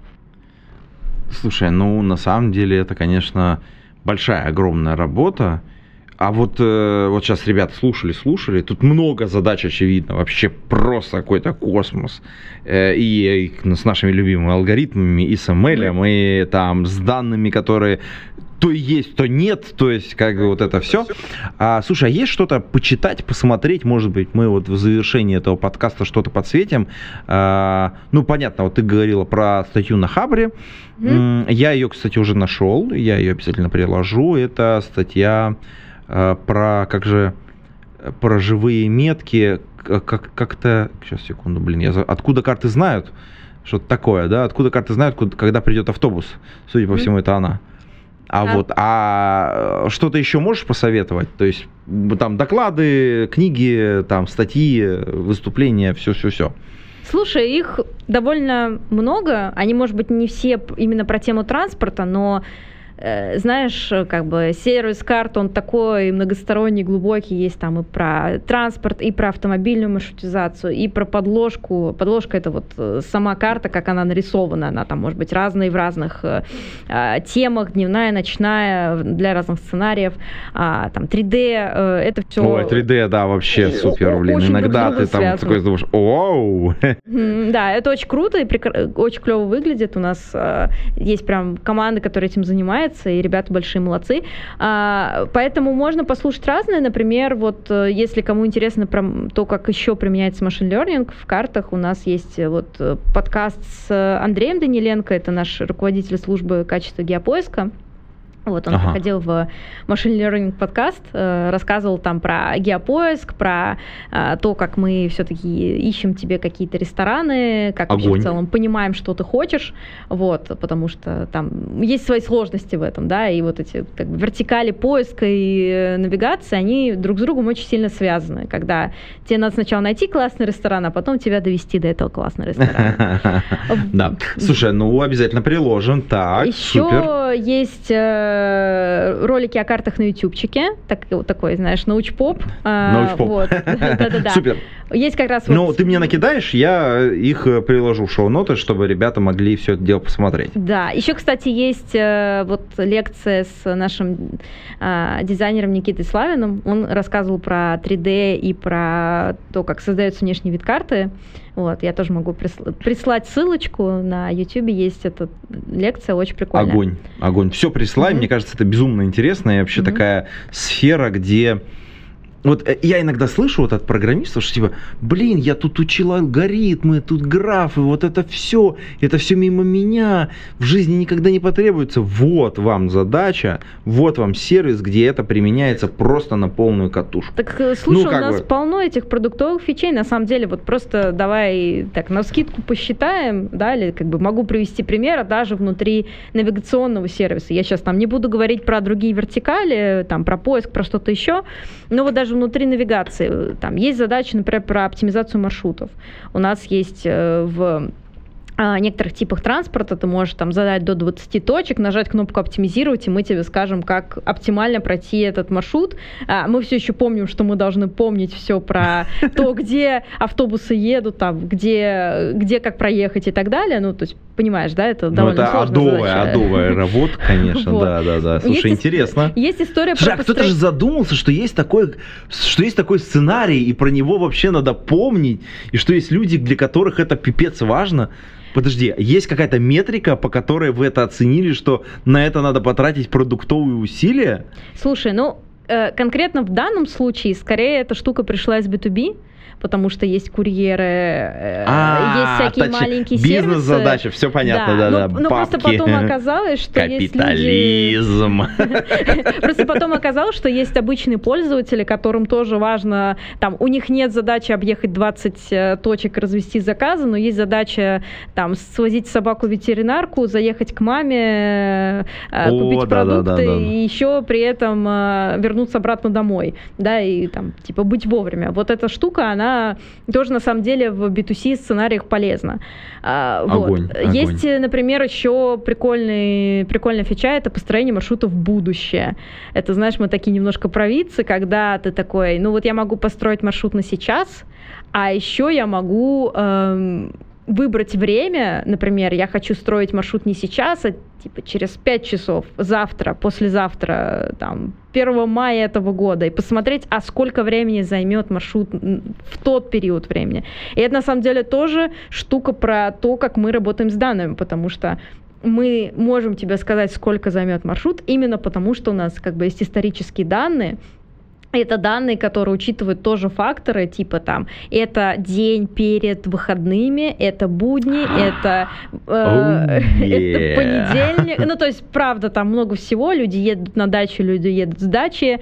Слушай, ну, на самом деле, это, конечно, большая, огромная работа. А вот, э, вот сейчас ребята слушали, слушали, тут много задач, очевидно, вообще просто какой-то космос. Э, и, и с нашими любимыми алгоритмами, и с эм эл, и там с данными, которые то есть, то нет, то есть, как бы вот это все. А, слушай, а есть что-то почитать, посмотреть, может быть, мы вот в завершении этого подкаста что-то подсветим. А, ну, понятно, вот ты говорила про статью на Хабре. Mm-hmm. Я ее, кстати, уже нашел, я ее обязательно приложу. Это статья а, про, как же, про живые метки, как, как-то, сейчас, секунду, блин, я, откуда карты знают, что-то такое, да, откуда карты знают, куда, когда придет автобус, судя по mm-hmm. всему, это она. А, а вот, а что-то еще можешь посоветовать? То есть там доклады, книги, там статьи, выступления, все-все-все. Слушай, их довольно много. Они, может быть, не все именно про тему транспорта, но знаешь, как бы сервис карт, он такой многосторонний, глубокий, есть там и про транспорт, и про автомобильную маршрутизацию, и про подложку. Подложка — это вот сама карта, как она нарисована, она там может быть разная в разных э, темах, дневная, ночная, для разных сценариев. А, там три дэ, э, это все... Ой, три дэ, да, вообще супер, блин. Иногда ты там связано. Такой думаешь, оу! Да, это очень круто и прекра... очень клево выглядит. У нас э, есть прям команды, которые этим занимаются, и ребята большие молодцы. А, поэтому можно послушать разное. Например, вот если кому интересно про то, как еще применяется машин learning в картах, у нас есть вот подкаст с Андреем Даниленко, это наш руководитель службы качества геопоиска. Вот, он Ага. приходил в Machine Learning подкаст, э, рассказывал там про геопоиск, про э, то, как мы все-таки ищем тебе какие-то рестораны, как вообще Огонь. в целом понимаем, что ты хочешь, вот, потому что там есть свои сложности в этом, да, и вот эти как бы, вертикали поиска и э, навигации, они друг с другом очень сильно связаны, когда тебе надо сначала найти классный ресторан, а потом тебя довести до этого классного ресторана. Да. Слушай, ну обязательно приложим. Так, супер. Еще есть э, ролики о картах на ютубчике, так, такой, знаешь, научпоп. А, Научпоп. вот. Да-да-да. Супер. Есть как раз Ну, вот... ты мне накидаешь, я их приложу в шоу-ноты, чтобы ребята могли все это дело посмотреть. Да, еще, кстати, есть э, вот лекция с нашим э, дизайнером Никитой Славиным. Он рассказывал про три дэ и про то, как создается внешний вид карты. Вот, я тоже могу присл- прислать ссылочку. На YouTube есть эта лекция, очень прикольная. Огонь, огонь. Все прислай, Мгм. мне кажется, это безумно интересно. И вообще Мгм. такая сфера, где... Вот э, я иногда слышу вот от программистов, что типа, блин, я тут учил алгоритмы, тут графы, вот это все, это все мимо меня, в жизни никогда не потребуется. Вот вам задача, вот вам сервис, где это применяется просто на полную катушку. Так, э, слушай, Ну, у как нас бы. полно этих продуктовых фичей, на самом деле, вот просто давай так навскидку посчитаем, да, или как бы могу привести пример, даже внутри навигационного сервиса. Я сейчас там не буду говорить про другие вертикали, там, про поиск, про что-то еще, но вот даже внутри навигации там есть задачи, например, про оптимизацию маршрутов. У нас есть э, в а, некоторых типах транспорта ты можешь там задать до двадцати точек, нажать кнопку «Оптимизировать», и мы тебе скажем, как оптимально пройти этот маршрут. А, мы все еще помним, что мы должны помнить все про то, где автобусы едут, там, где, где как проехать и так далее. Ну, то есть, понимаешь, да, это Ну, довольно это сложная адовая, задача. адовая работа, конечно, Вот. да, да, да. Слушай, Есть ис- интересно. Есть история Слушай, про а кто-то же построение- задумался, что есть такой, что есть такой сценарий, и про него вообще надо помнить, и что есть люди, для которых это пипец важно. Подожди, есть какая-то метрика, по которой вы это оценили, что на это надо потратить продуктовые усилия? Слушай, ну, э, конкретно в данном случае, скорее, эта штука пришла из би ту би, потому что есть курьеры, э, А, есть всякие точнее, маленькие сервисы. бизнес-задача, все понятно, да, да, но, но просто бабки. потом оказалось, что есть люди... Капитализм. Просто потом оказалось, что есть обычные пользователи, которым тоже важно, там, у них нет задачи объехать двадцать э, точек, развести заказы, но есть задача, там, свозить собаку в ветеринарку, заехать к маме, э, О, купить да, да, продукты да, да. и еще при этом э, вернуться обратно домой, да, и там, типа, быть вовремя. Вот эта штука, она тоже, на самом деле, в би ту си сценариях полезна. А, вот. Огонь, огонь. Есть, например, еще прикольный, прикольная фича, это построение маршрутов в будущее. Это, знаешь, мы такие немножко провидцы, когда ты такой, ну вот я могу построить маршрут на сейчас, а еще я могу эм, выбрать время, например, я хочу строить маршрут не сейчас, а типа через пять часов, завтра, послезавтра, там, первого мая этого года, и посмотреть, а сколько времени займет маршрут в тот период времени. И это, на самом деле, тоже штука про то, как мы работаем с данными, потому что мы можем тебе сказать, сколько займет маршрут, именно потому что у нас как бы есть исторические данные. Это данные, которые учитывают тоже факторы, типа там, это день перед выходными, это будни, это, э, Oh, yeah. это понедельник. Ну, то есть, правда, там много всего. Люди едут на дачу, люди едут с дачи.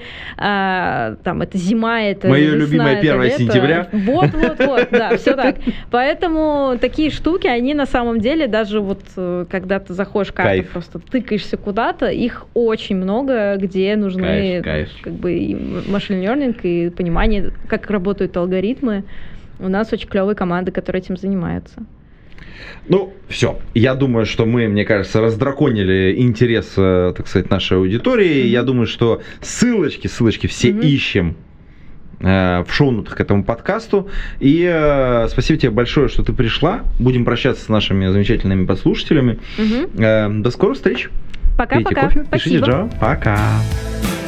Э, там, это зима, это Мое весна, любимое это первое лето. сентября. Вот, вот, вот, да, все так. Поэтому такие штуки, они на самом деле, даже вот, э, когда ты заходишь в карту, Кайф. просто тыкаешься куда-то, их очень много, где нужны Кайф, кайф. как бы и машин learning, и понимание, как работают алгоритмы. У нас очень клевые команды, которые этим занимаются. Ну, все. Я думаю, что мы, мне кажется, раздраконили интерес, э, так сказать, нашей аудитории. Mm-hmm. Я думаю, что ссылочки, ссылочки все mm-hmm. ищем э, в шоу-нотах к этому подкасту. И э, спасибо тебе большое, что ты пришла. Будем прощаться с нашими замечательными подслушателями. Mm-hmm. Э, до скорых встреч. Пока-пока. Пейте кофе, пишите Спасибо. Java. Пока.